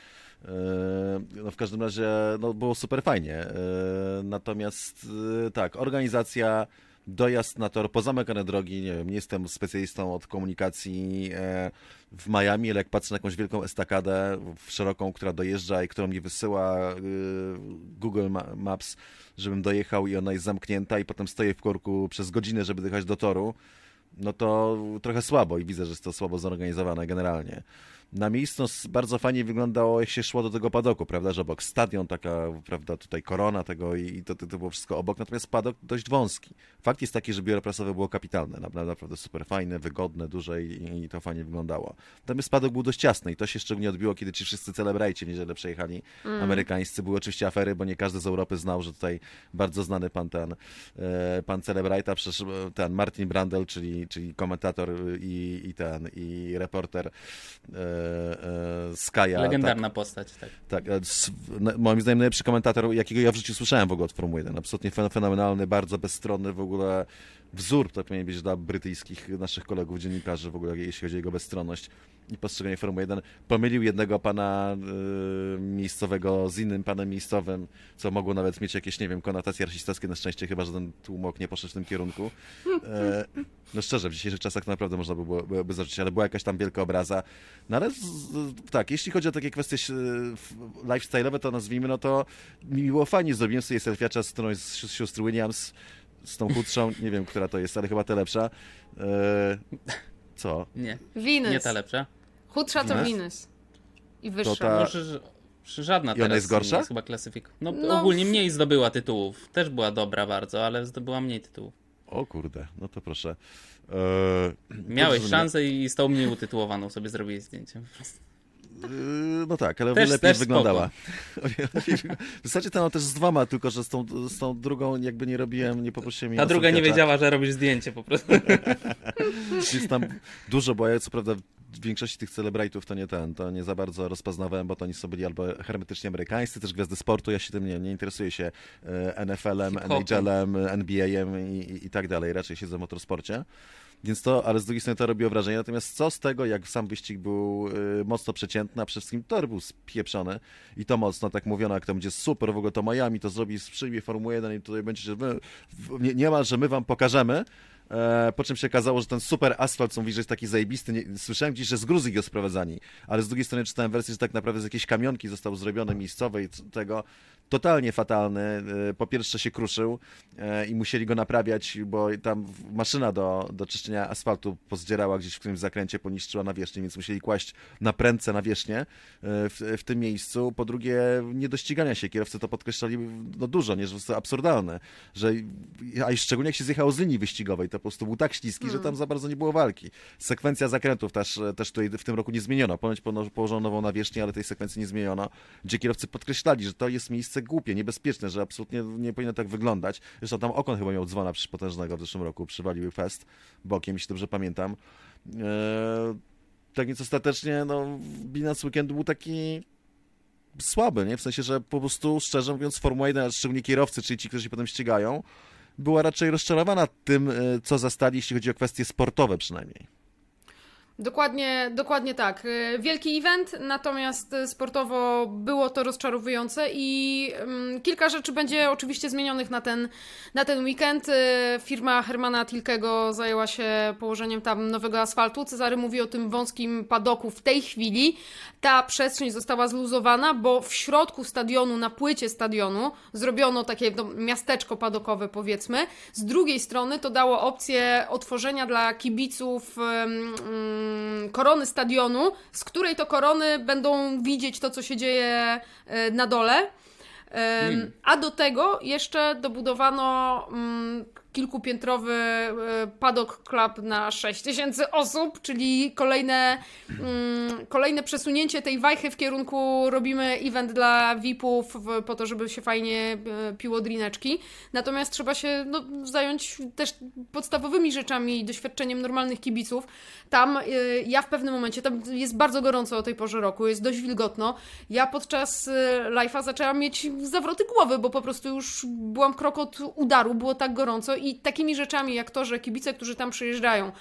W każdym razie było super fajnie, natomiast tak, organizacja, dojazd na tor, pozamykane drogi, nie wiem, nie jestem specjalistą od komunikacji w Miami, ale jak patrzę na jakąś wielką estakadę szeroką, która dojeżdża i którą mi wysyła Google Maps, żebym dojechał i ona jest zamknięta i potem stoję w korku przez godzinę, żeby dojechać do toru, no to trochę słabo i widzę, że jest to słabo zorganizowane generalnie. Na miejscu bardzo fajnie wyglądało, jak się szło do tego padoku, prawda, że obok stadion, taka, prawda, tutaj korona tego i to było wszystko obok, natomiast padok dość wąski. Fakt jest taki, że biuro prasowe było kapitalne, naprawdę super fajne, wygodne, duże i to fajnie wyglądało. Natomiast padok był dość ciasny i to się szczególnie odbiło, kiedy ci wszyscy celebrajci w niedzielę przejechali amerykańscy. Były oczywiście afery, bo nie każdy z Europy znał, że tutaj bardzo znany pan celebrajta, przecież ten Martin Brundle, czyli komentator i reporter Sky'a. Legendarna postać, tak. Tak, moim zdaniem najlepszy komentator, jakiego ja w życiu słyszałem w ogóle od Formuły 1. Absolutnie fenomenalny, bardzo bezstronny w ogóle wzór, tak powinien być dla brytyjskich naszych kolegów dziennikarzy w ogóle, jeśli chodzi o jego bezstronność i postrzeganie Formuły 1. Pomylił jednego pana miejscowego z innym panem miejscowym, co mogło nawet mieć jakieś, nie wiem, konotacje rasistowskie. Na szczęście chyba żaden tłumok nie poszedł w tym kierunku. No szczerze, w dzisiejszych czasach naprawdę można by zarzucić, ale była jakaś tam wielka obraza. No ale tak, jeśli chodzi o takie kwestie lifestyle'owe, to nazwijmy, no to mi było fajnie. Zrobiłem sobie selfiacza z którąś z sióstr Williams, z tą chudszą, nie wiem, która to jest, ale chyba ta lepsza. Co? Nie, Venus. nie ta lepsza. Chudsza to Venus? Venus. I wyższa. To ta- Może żadna I ona teraz jest gorsza? nie jest chyba klasyfikowana. No, Ogólnie mniej zdobyła tytułów. Też była dobra bardzo, ale zdobyła mniej tytułów. O kurde, no to proszę. Miałeś dobrze, szansę i z tą mniej utytułowaną sobie zrobiłeś zdjęcie. Po prostu. No tak, ale Też- lepiej też wyglądała. W zasadzie to też z dwoma, tylko że z tą drugą jakby nie robiłem, nie poprosiłem jej Ta na druga nie selfiacza. wiedziała, że robisz zdjęcie po prostu. Jest tam dużo, bo ja co prawda w większości tych celebrite'ów to nie za bardzo rozpoznawałem, bo to oni są byli albo hermetycznie amerykańscy, też gwiazdy sportu, ja się tym nie interesuję się NFL-em, NHL-em, NBA-em i tak dalej, raczej siedzę w motorsporcie. Więc ale z drugiej strony to robiło wrażenie. Natomiast co z tego, jak sam wyścig był mocno przeciętny, a przede wszystkim tor był spieprzony i to mocno tak mówiono, jak to będzie super, w ogóle to Miami to zrobi, przyjmie Formułę 1 i tutaj będziecie, niemal, że my wam pokażemy. Po czym się okazało, że ten super asfalt, co mówi, że jest taki zajebisty, słyszałem gdzieś, że z Gruzji go sprowadzani, ale z drugiej strony czytałem wersję, że tak naprawdę z jakiejś kamionki został zrobione miejscowe i tego totalnie fatalny. Po pierwsze się kruszył i musieli go naprawiać, bo tam maszyna do czyszczenia asfaltu pozdzierała gdzieś w którymś zakręcie, poniszczyła nawierzchnię, więc musieli kłaść na prędce nawierzchnię w tym miejscu. Po drugie, niedościgania się. Kierowcy to podkreślali dużo, nie, że to absurdalne, a i szczególnie jak się zjechało z linii wyścigowej, to po prostu był tak śliski, że tam za bardzo nie było walki. Sekwencja zakrętów też tutaj w tym roku nie zmieniono. Ponoć położono nową nawierzchnię, ale tej sekwencji nie zmieniono, gdzie kierowcy podkreślali, że to jest miejsce głupie, niebezpieczne, że absolutnie nie powinno tak wyglądać. Zresztą tam Okon chyba miał dzwona potężnego w zeszłym roku, przywaliły fest bokiem, jeśli dobrze pamiętam. Tak więc ostatecznie bilans weekendu był taki słaby, nie? W sensie, że po prostu, szczerze mówiąc, Formuła 1, a szczególnie kierowcy, czyli ci, którzy się potem ścigają, była raczej rozczarowana tym, co zastali, jeśli chodzi o kwestie sportowe przynajmniej. Dokładnie tak. Wielki event, natomiast sportowo było to rozczarowujące i kilka rzeczy będzie oczywiście zmienionych na ten weekend. Firma Hermana Tilkego zajęła się położeniem tam nowego asfaltu. Cezary mówi o tym wąskim padoku w tej chwili. Ta przestrzeń została zluzowana, bo w środku stadionu, na płycie stadionu zrobiono takie miasteczko padokowe, powiedzmy. Z drugiej strony to dało opcję otworzenia dla kibiców korony stadionu, z której to korony będą widzieć to, co się dzieje na dole. A do tego jeszcze dobudowano kilkupiętrowy paddock club na 6000 osób, czyli kolejne przesunięcie tej wajchy w kierunku robimy event dla VIP-ów po to, żeby się fajnie piło drineczki. Natomiast trzeba się zająć też podstawowymi rzeczami i doświadczeniem normalnych kibiców. Tam ja w pewnym momencie, tam jest bardzo gorąco o tej porze roku, jest dość wilgotno. Ja podczas live'a zaczęłam mieć zawroty głowy, bo po prostu już byłam krok od udaru, było tak gorąco i takimi rzeczami jak to, że kibice, którzy tam przyjeżdżają,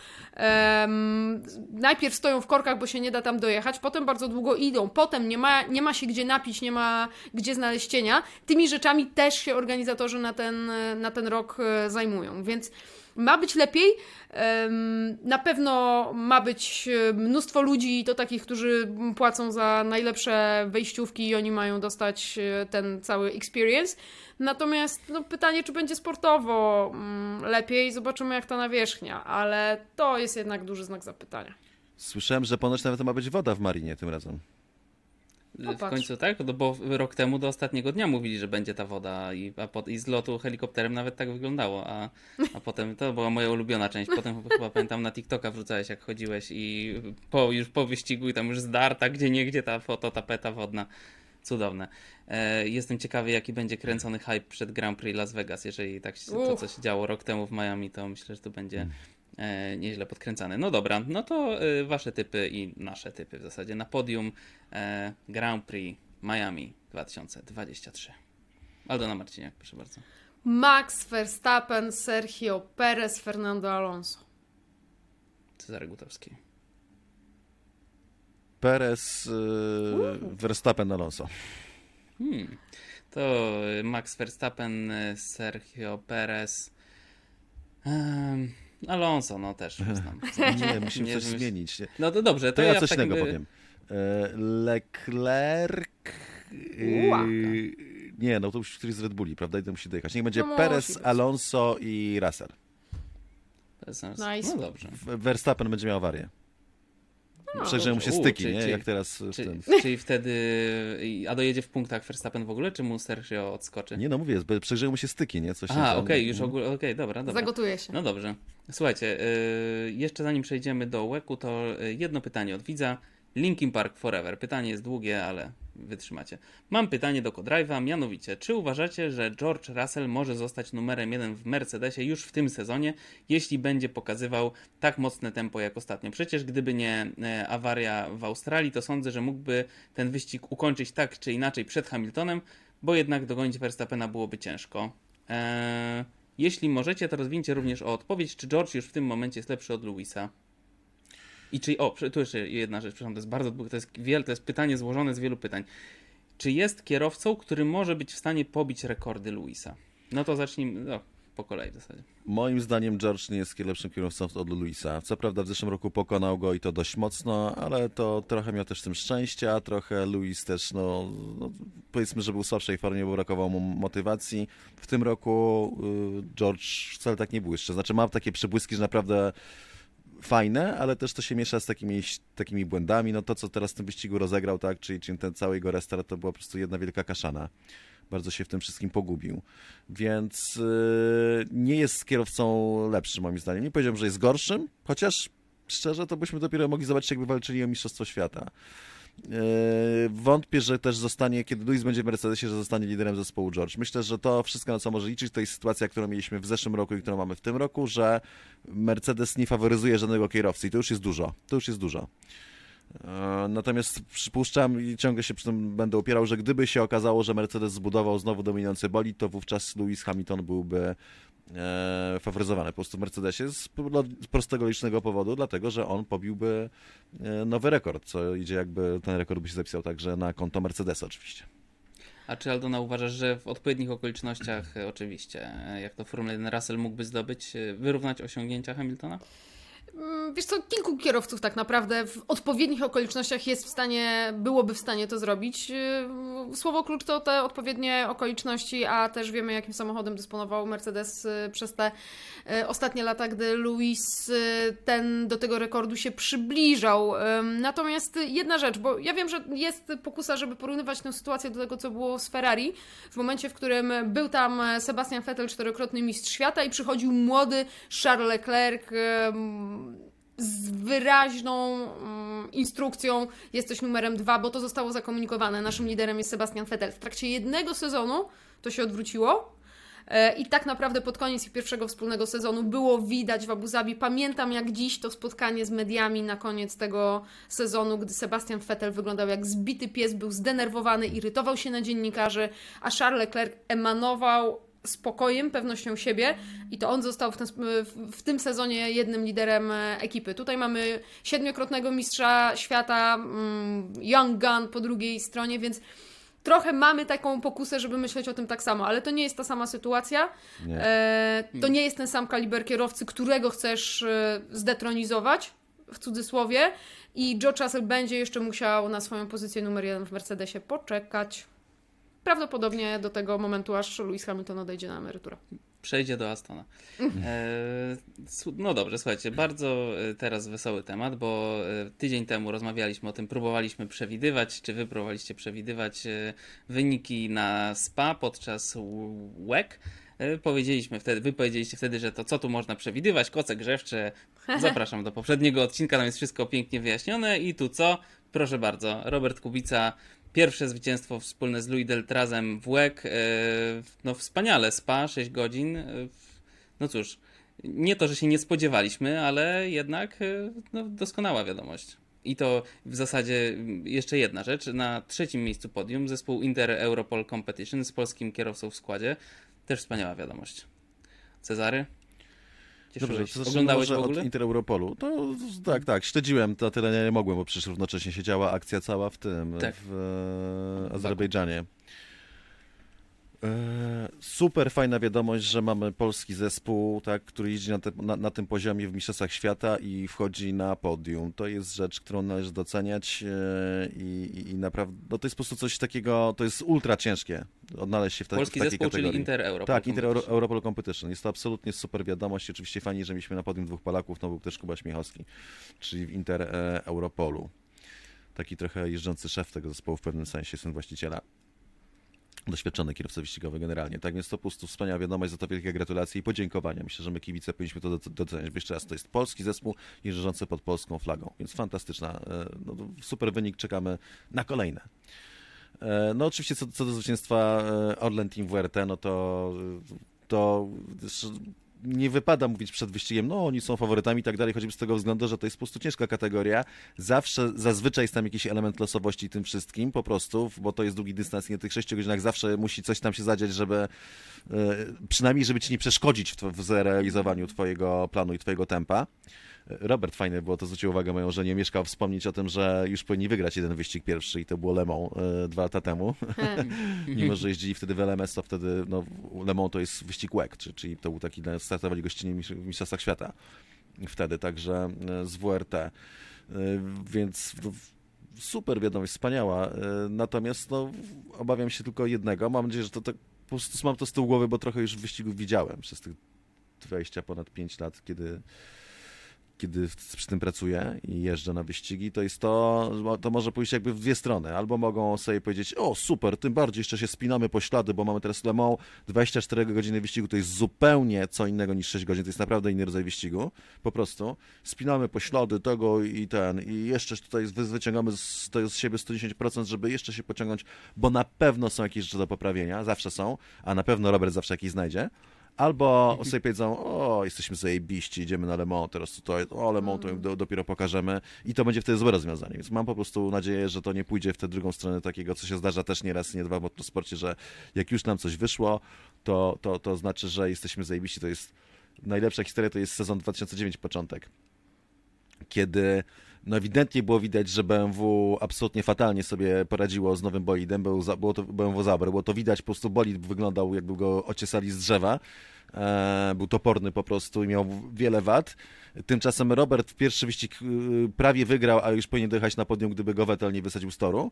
najpierw stoją w korkach, bo się nie da tam dojechać, potem bardzo długo idą, potem nie ma się gdzie napić, nie ma gdzie znaleźć cienia. Tymi rzeczami też się organizatorzy na ten rok zajmują, więc ma być lepiej, na pewno ma być mnóstwo ludzi, to takich, którzy płacą za najlepsze wejściówki i oni mają dostać ten cały experience. Natomiast pytanie, czy będzie sportowo lepiej, zobaczymy jak ta nawierzchnia, ale to jest jednak duży znak zapytania. Słyszałem, że ponoć nawet ma być woda w marinie tym razem. W końcu tak? No bo rok temu do ostatniego dnia mówili, że będzie ta woda i z lotu helikopterem nawet tak wyglądało, a potem to była moja ulubiona część. Potem chyba pamiętam na TikToka wrzucałeś, jak chodziłeś i już po wyścigu i tam już zdarta gdzieniegdzie ta fototapeta wodna. Cudowne. Jestem ciekawy, jaki będzie kręcony hype przed Grand Prix Las Vegas. Jeżeli tak to, co się działo rok temu w Miami, to myślę, że to będzie nieźle podkręcane. No dobra, no to wasze typy i nasze typy w zasadzie na podium Grand Prix Miami 2023. Aldona Marciniak, proszę bardzo. Max Verstappen, Sergio Perez, Fernando Alonso. Cezary Gutowski. Perez, Verstappen, Alonso. To Max Verstappen, Sergio Perez, Alonso, też znam. Nie, musimy coś zmienić. No to dobrze. To ja coś innego powiem. Leclerc... Nie, to już któryś z Red Bulli, prawda? I to musi dojechać. Niech będzie Perez, Alonso i Russell. Nice. No dobrze. Verstappen będzie miał awarię. Przegrzeją mu się styki, nie? Jak teraz czyli wtedy... A dojedzie w punktach Verstappen w ogóle, czy mu Sergio odskoczy? Nie, mówię, przegrzeją mu się styki, nie? Okej, dobra. Zagotuje się. No dobrze. Słuchajcie, jeszcze zanim przejdziemy do łeku, to jedno pytanie od widza. Linkin Park Forever. Pytanie jest długie, ale wytrzymacie. Mam pytanie do Codrive'a, mianowicie, czy uważacie, że George Russell może zostać numerem 1 w Mercedesie już w tym sezonie, jeśli będzie pokazywał tak mocne tempo jak ostatnio? Przecież gdyby nie awaria w Australii, to sądzę, że mógłby ten wyścig ukończyć tak czy inaczej przed Hamiltonem, bo jednak dogonić Verstappena byłoby ciężko. Jeśli możecie, to rozwinięcie również o odpowiedź, czy George już w tym momencie jest lepszy od Lewisa. I czy, tu jeszcze jedna rzecz, przepraszam, to jest bardzo długie, to jest pytanie złożone z wielu pytań. Czy jest kierowcą, który może być w stanie pobić rekordy Lewisa? No to zacznijmy, po kolei w zasadzie. Moim zdaniem George nie jest lepszym kierowcą od Lewisa. Co prawda w zeszłym roku pokonał go i to dość mocno, ale to trochę miał też w tym szczęścia, trochę Lewis też, powiedzmy, że był w słabszej formie, bo brakowało mu motywacji. W tym roku George wcale tak nie błyszczy. Znaczy ma takie przebłyski, że naprawdę fajne, ale też to się miesza z takimi błędami. No to, co teraz w tym wyścigu rozegrał, tak, czyli ten cały jego restart, to była po prostu jedna wielka kaszana. Bardzo się w tym wszystkim pogubił. Więc nie jest kierowcą lepszym, moim zdaniem. Nie powiedziałbym, że jest gorszym, chociaż szczerze to byśmy dopiero mogli zobaczyć, jakby walczyli o Mistrzostwo Świata. Wątpię, że też zostanie, kiedy Lewis będzie w Mercedesie, że zostanie liderem zespołu George. Myślę, że to wszystko, na co może liczyć, to jest sytuacja, którą mieliśmy w zeszłym roku i którą mamy w tym roku, że Mercedes nie faworyzuje żadnego kierowcy i to już jest dużo. To już jest dużo. Natomiast przypuszczam i ciągle się przy tym będę upierał, że gdyby się okazało, że Mercedes zbudował znowu dominujący bolid, to wówczas Lewis Hamilton byłby faworyzowany po prostu w Mercedesie z prostego, licznego powodu, dlatego, że on pobiłby nowy rekord, co idzie jakby, ten rekord by się zapisał także na konto Mercedesa oczywiście. A czy Aldona uważasz, że w odpowiednich okolicznościach, oczywiście, jak to Formule 1 Russell mógłby zdobyć, wyrównać osiągnięcia Hamiltona? Wiesz co, kilku kierowców tak naprawdę w odpowiednich okolicznościach byłoby w stanie to zrobić. Słowo klucz to te odpowiednie okoliczności, a też wiemy, jakim samochodem dysponował Mercedes przez te ostatnie lata, gdy Lewis do tego rekordu się przybliżał. Natomiast jedna rzecz, bo ja wiem, że jest pokusa, żeby porównywać tę sytuację do tego, co było z Ferrari, w momencie, w którym był tam Sebastian Vettel, 4-krotny mistrz świata i przychodził młody Charles Leclerc z wyraźną instrukcją: jesteś numerem 2, bo to zostało zakomunikowane. Naszym liderem jest Sebastian Vettel. W trakcie jednego sezonu to się odwróciło i tak naprawdę pod koniec ich pierwszego wspólnego sezonu było widać w Abu Zabi. Pamiętam jak dziś to spotkanie z mediami na koniec tego sezonu, gdy Sebastian Vettel wyglądał jak zbity pies, był zdenerwowany, irytował się na dziennikarzy, a Charles Leclerc emanował spokojem, pewnością siebie i to on został w tym sezonie jednym liderem ekipy. Tutaj mamy 7-krotnego mistrza świata, Young Gun po drugiej stronie, więc trochę mamy taką pokusę, żeby myśleć o tym tak samo, ale to nie jest ta sama sytuacja. To nie jest ten sam kaliber kierowcy, którego chcesz zdetronizować, w cudzysłowie, i George Russell będzie jeszcze musiał na swoją pozycję numer 1 w Mercedesie poczekać. Prawdopodobnie do tego momentu, aż Lewis Hamilton odejdzie na emeryturę. Przejdzie do Astona. No dobrze, słuchajcie, bardzo teraz wesoły temat, bo tydzień temu rozmawialiśmy o tym, próbowaliśmy przewidywać, czy wy próbowaliście przewidywać wyniki na Spa podczas WEC. Wy powiedzieliście wtedy, że to co tu można przewidywać, koce grzewcze. Zapraszam do poprzedniego odcinka, tam jest wszystko pięknie wyjaśnione i tu co? Proszę bardzo, Robert Kubica. Pierwsze zwycięstwo wspólne z Louis Deltrazem w WEC. No wspaniale, Spa, 6 godzin. No cóż, nie to, że się nie spodziewaliśmy, ale jednak doskonała wiadomość. I to w zasadzie jeszcze jedna rzecz. Na 3. miejscu podium zespół Inter Europol Competition z polskim kierowcą w składzie. Też wspaniała wiadomość. Cezary? Dobrze, oglądałeś w ogóle? Od Inter Europolu. To tak, śledziłem, to tyle nie mogłem, bo przecież równocześnie się działa akcja cała w tym, w Azerbejdżanie. Super fajna wiadomość, że mamy polski zespół, tak, który jeździ na tym poziomie w Mistrzostwach Świata i wchodzi na podium. To jest rzecz, którą należy doceniać i naprawdę, no to jest po prostu coś takiego, to jest ultra ciężkie odnaleźć się w takiej kategorii. Polski zespół, czyli Inter Europol. Tak, Inter Europol Competition. Jest to absolutnie super wiadomość. Oczywiście fajnie, że mieliśmy na podium 2 Polaków, no był też Kuba Śmiechowski, czyli w Inter Europolu. Taki trochę jeżdżący szef tego zespołu w pewnym sensie, syn właściciela. doświadczony kierowca wyścigowy generalnie. Tak więc to po prostu wspaniała wiadomość, za to wielkie gratulacje i podziękowania. Myślę, że my kibice powinniśmy to doceniać. Bo jeszcze raz, to jest polski zespół jeżdżący pod polską flagą, więc fantastyczna, super wynik, czekamy na kolejne. No oczywiście co do zwycięstwa Orlen Team WRT, no to nie wypada mówić przed wyścigiem, no oni są faworytami i tak dalej, choćby z tego względu, że to jest po prostu ciężka kategoria. Zazwyczaj jest tam jakiś element losowości tym wszystkim, po prostu, bo to jest długi dystans i na tych 6 godzinach zawsze musi coś tam się zadziać, żeby przynajmniej, żeby ci nie przeszkodzić w zrealizowaniu twojego planu i twojego tempa. Robert, fajne było to, zwrócił uwagę moją, że nie mieszkał wspomnieć o tym, że już powinni wygrać jeden wyścig pierwszy i to było Le Mans 2 lata temu. Mimo, że jeździli wtedy w LMS, to wtedy Le Mans to jest wyścig WEC, czyli to był taki, startowali gościnni w Mistrzostwach Świata wtedy, także z WRT. Więc super wiadomość, wspaniała. Natomiast obawiam się tylko jednego. Mam nadzieję, że to tak, po prostu mam to z tyłu głowy, bo trochę już wyścigów widziałem przez tych 20 ponad 5 lat, kiedy przy tym pracuję i jeżdżę na wyścigi, to jest to może pójść jakby w dwie strony. Albo mogą sobie powiedzieć, o super, tym bardziej jeszcze się spinamy po ślady, bo mamy teraz Le Mans, 24 godziny wyścigu to jest zupełnie co innego niż 6 godzin, to jest naprawdę inny rodzaj wyścigu, po prostu. Spinamy po ślady tego i jeszcze tutaj wyciągamy z siebie 110%, żeby jeszcze się pociągnąć, bo na pewno są jakieś rzeczy do poprawienia, zawsze są, a na pewno Robert zawsze jakieś znajdzie. Albo sobie powiedzą, o, jesteśmy zajebiści, idziemy na Le Mans, teraz tutaj, Le Mans to im dopiero pokażemy i to będzie wtedy złe rozwiązanie. Więc mam po prostu nadzieję, że to nie pójdzie w tę drugą stronę takiego, co się zdarza też nie raz, nie dwa w motosporcie, że jak już nam coś wyszło, to znaczy, że jesteśmy zajebiści. To jest najlepsza historia, to jest sezon 2009 początek, kiedy ewidentnie było widać, że BMW absolutnie fatalnie sobie poradziło z nowym bolidem, było to BMW Zauber, było to widać, po prostu bolid wyglądał, jakby go ociesali z drzewa, był toporny po prostu i miał wiele wad. Tymczasem Robert w pierwszy wyścig prawie wygrał, a już powinien dojechać na podium, gdyby go Vettel nie wysadził z toru.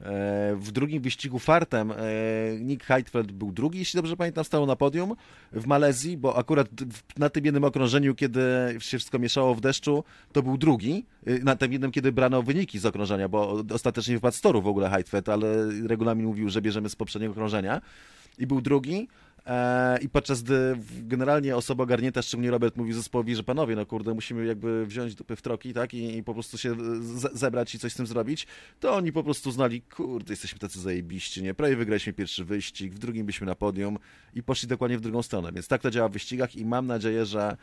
W drugim wyścigu fartem Nick Heidfeld był drugi, jeśli dobrze pamiętam, stał na podium w Malezji, bo akurat na tym jednym okrążeniu, kiedy się wszystko mieszało w deszczu, to był drugi. Na tym jednym, kiedy brano wyniki z okrążenia, bo ostatecznie wypadł z toru w ogóle Heidfeld, ale regulamin mówił, że bierzemy z poprzedniego okrążenia i był drugi. I podczas gdy generalnie osoba ogarnięta, szczególnie Robert, mówi zespołowi, że panowie, no kurde, musimy jakby wziąć dupy w troki, tak, i po prostu się zebrać i coś z tym zrobić, to oni po prostu znali, kurde, jesteśmy tacy zajebiści, nie, prawie wygraliśmy pierwszy wyścig, w drugim byliśmy na podium i poszli dokładnie w drugą stronę, więc tak to działa w wyścigach i mam nadzieję, że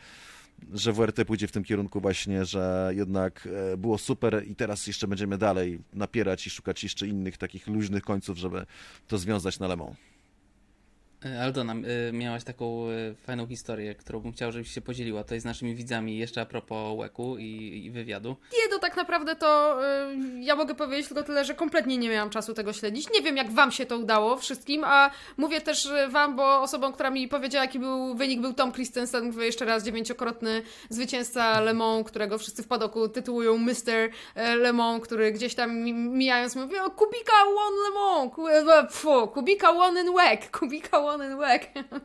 WRT pójdzie w tym kierunku właśnie, że jednak było super i teraz jeszcze będziemy dalej napierać i szukać jeszcze innych takich luźnych końców, żeby to związać na Le Mans. Aldona, miałaś taką fajną historię, którą bym chciał, żebyś się podzieliła. To jest z naszymi widzami jeszcze a propos WEC-u i wywiadu. Nie, to tak naprawdę to ja mogę powiedzieć tylko tyle, że kompletnie nie miałam czasu tego śledzić. Nie wiem, jak wam się to udało wszystkim, a mówię też wam, bo osobą, która mi powiedziała, jaki był wynik, był Tom Christensen, jeszcze raz 9-krotny zwycięzca Le Mans, którego wszyscy w padoku tytułują Mr. Le Mans, który gdzieś tam mijając mówi, o, Kubica won Le Mans, Kubica won in WEC, Kubica won in WEC.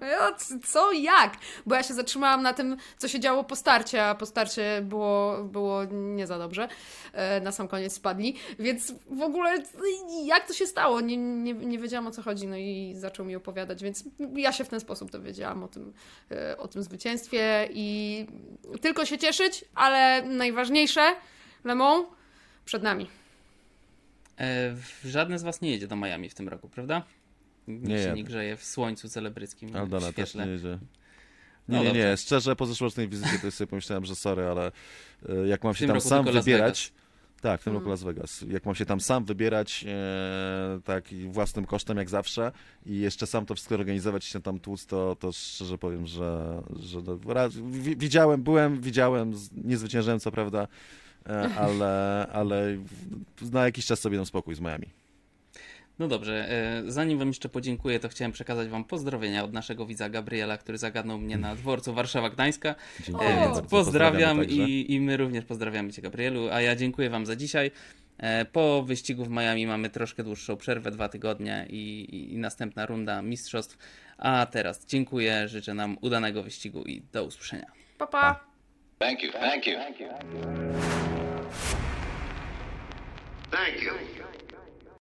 Co, jak? Bo ja się zatrzymałam na tym, co się działo po starcie, a po starcie było nie za dobrze. Na sam koniec spadli, więc w ogóle jak to się stało? Nie wiedziałam, o co chodzi, no i zaczął mi opowiadać, więc ja się w ten sposób dowiedziałam o tym zwycięstwie i tylko się cieszyć, ale najważniejsze, Le Mans przed nami. Żadne z was nie jedzie do Miami w tym roku, prawda? Nikt się nie grzeje w słońcu celebryckim. Aldona też nie jedzie. Nie. Szczerze, po zeszłorocznej wizycie to sobie pomyślałem, że sorry, ale jak mam się tam sam wybierać... Tak, w tym roku Las Vegas. Jak mam się tam sam wybierać, tak, i własnym kosztem jak zawsze i jeszcze sam to wszystko organizować i się tam tłuc, to szczerze powiem, że widziałem, nie zwyciężyłem co prawda, ale na jakiś czas sobie dam spokój z Miami. No dobrze, zanim wam jeszcze podziękuję, to chciałem przekazać wam pozdrowienia od naszego widza Gabriela, który zagadnął mnie na dworcu Warszawa-Gdańska. Więc pozdrawiam i my również pozdrawiamy cię, Gabrielu, a ja dziękuję wam za dzisiaj. Po wyścigu w Miami mamy troszkę dłuższą przerwę, 2 tygodnie i następna runda mistrzostw. A teraz dziękuję, życzę nam udanego wyścigu i do usłyszenia. Pa, pa. Thank you. Thank you.